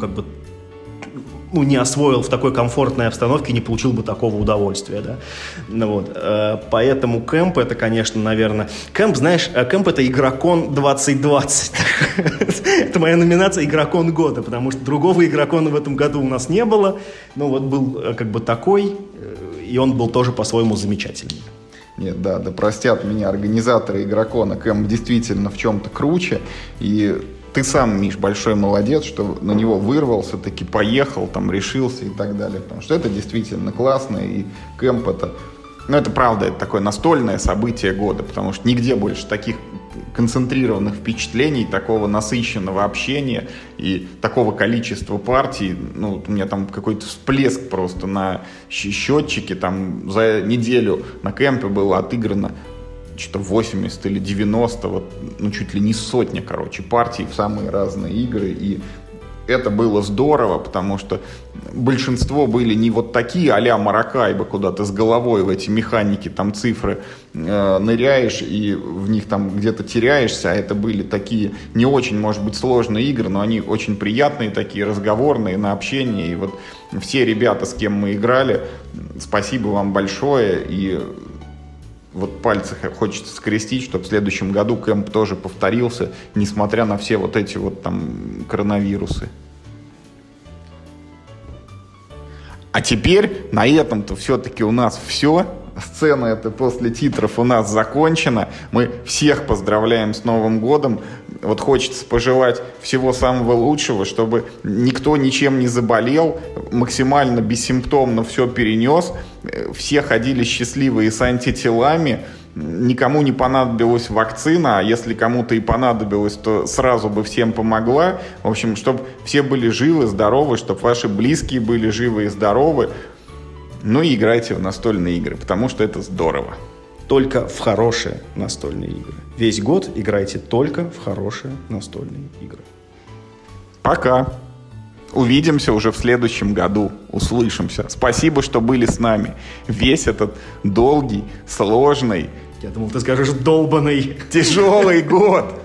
не освоил в такой комфортной обстановке и не получил бы такого удовольствия, да. Поэтому кэмп это, конечно, наверное... Кэмп это Игрокон 2020. Это моя номинация Игрокон года, потому что другого Игрокона в этом году у нас не было. Но вот был такой, и он был тоже по-своему замечательный. Нет, да простят меня организаторы Игрокона. Кэмп действительно в чем-то круче. И ты сам, Миш, большой молодец, что на него вырвался, таки поехал, там решился и так далее. Потому что это действительно классно, и кэмп это правда, это такое настольное событие года, потому что нигде больше таких концентрированных впечатлений, такого насыщенного общения и такого количества партий. У меня там какой-то всплеск просто на счетчике, там за неделю на кэмпе было отыграно что-то 80 или 90, чуть ли не сотня, партий в самые разные игры, и это было здорово, потому что большинство были не вот такие а-ля Маракайбо, куда ты с головой в эти механики, там цифры ныряешь и в них там где-то теряешься, а это были такие не очень, может быть, сложные игры, но они очень приятные, такие разговорные, на общение, и вот все ребята, с кем мы играли, спасибо вам большое, и вот пальцы хочется скрестить, чтобы в следующем году кэмп тоже повторился, несмотря на все вот эти вот там коронавирусы. А теперь на этом-то все-таки у нас все. Сцена эта после титров у нас закончена. Мы всех поздравляем с Новым годом. Вот хочется пожелать всего самого лучшего, чтобы никто ничем не заболел, максимально бессимптомно все перенес, все ходили счастливые с антителами, никому не понадобилась вакцина, а если кому-то и понадобилось, то сразу бы всем помогла. В общем, чтобы все были живы, здоровы, чтобы ваши близкие были живы и здоровы. Ну и играйте в настольные игры, потому что это здорово. Только в хорошие настольные игры. Весь год играйте только в хорошие настольные игры. Пока. Увидимся уже в следующем году. Услышимся. Спасибо, что были с нами. Весь этот долгий, сложный... Я думал, ты скажешь долбаный. Тяжелый год.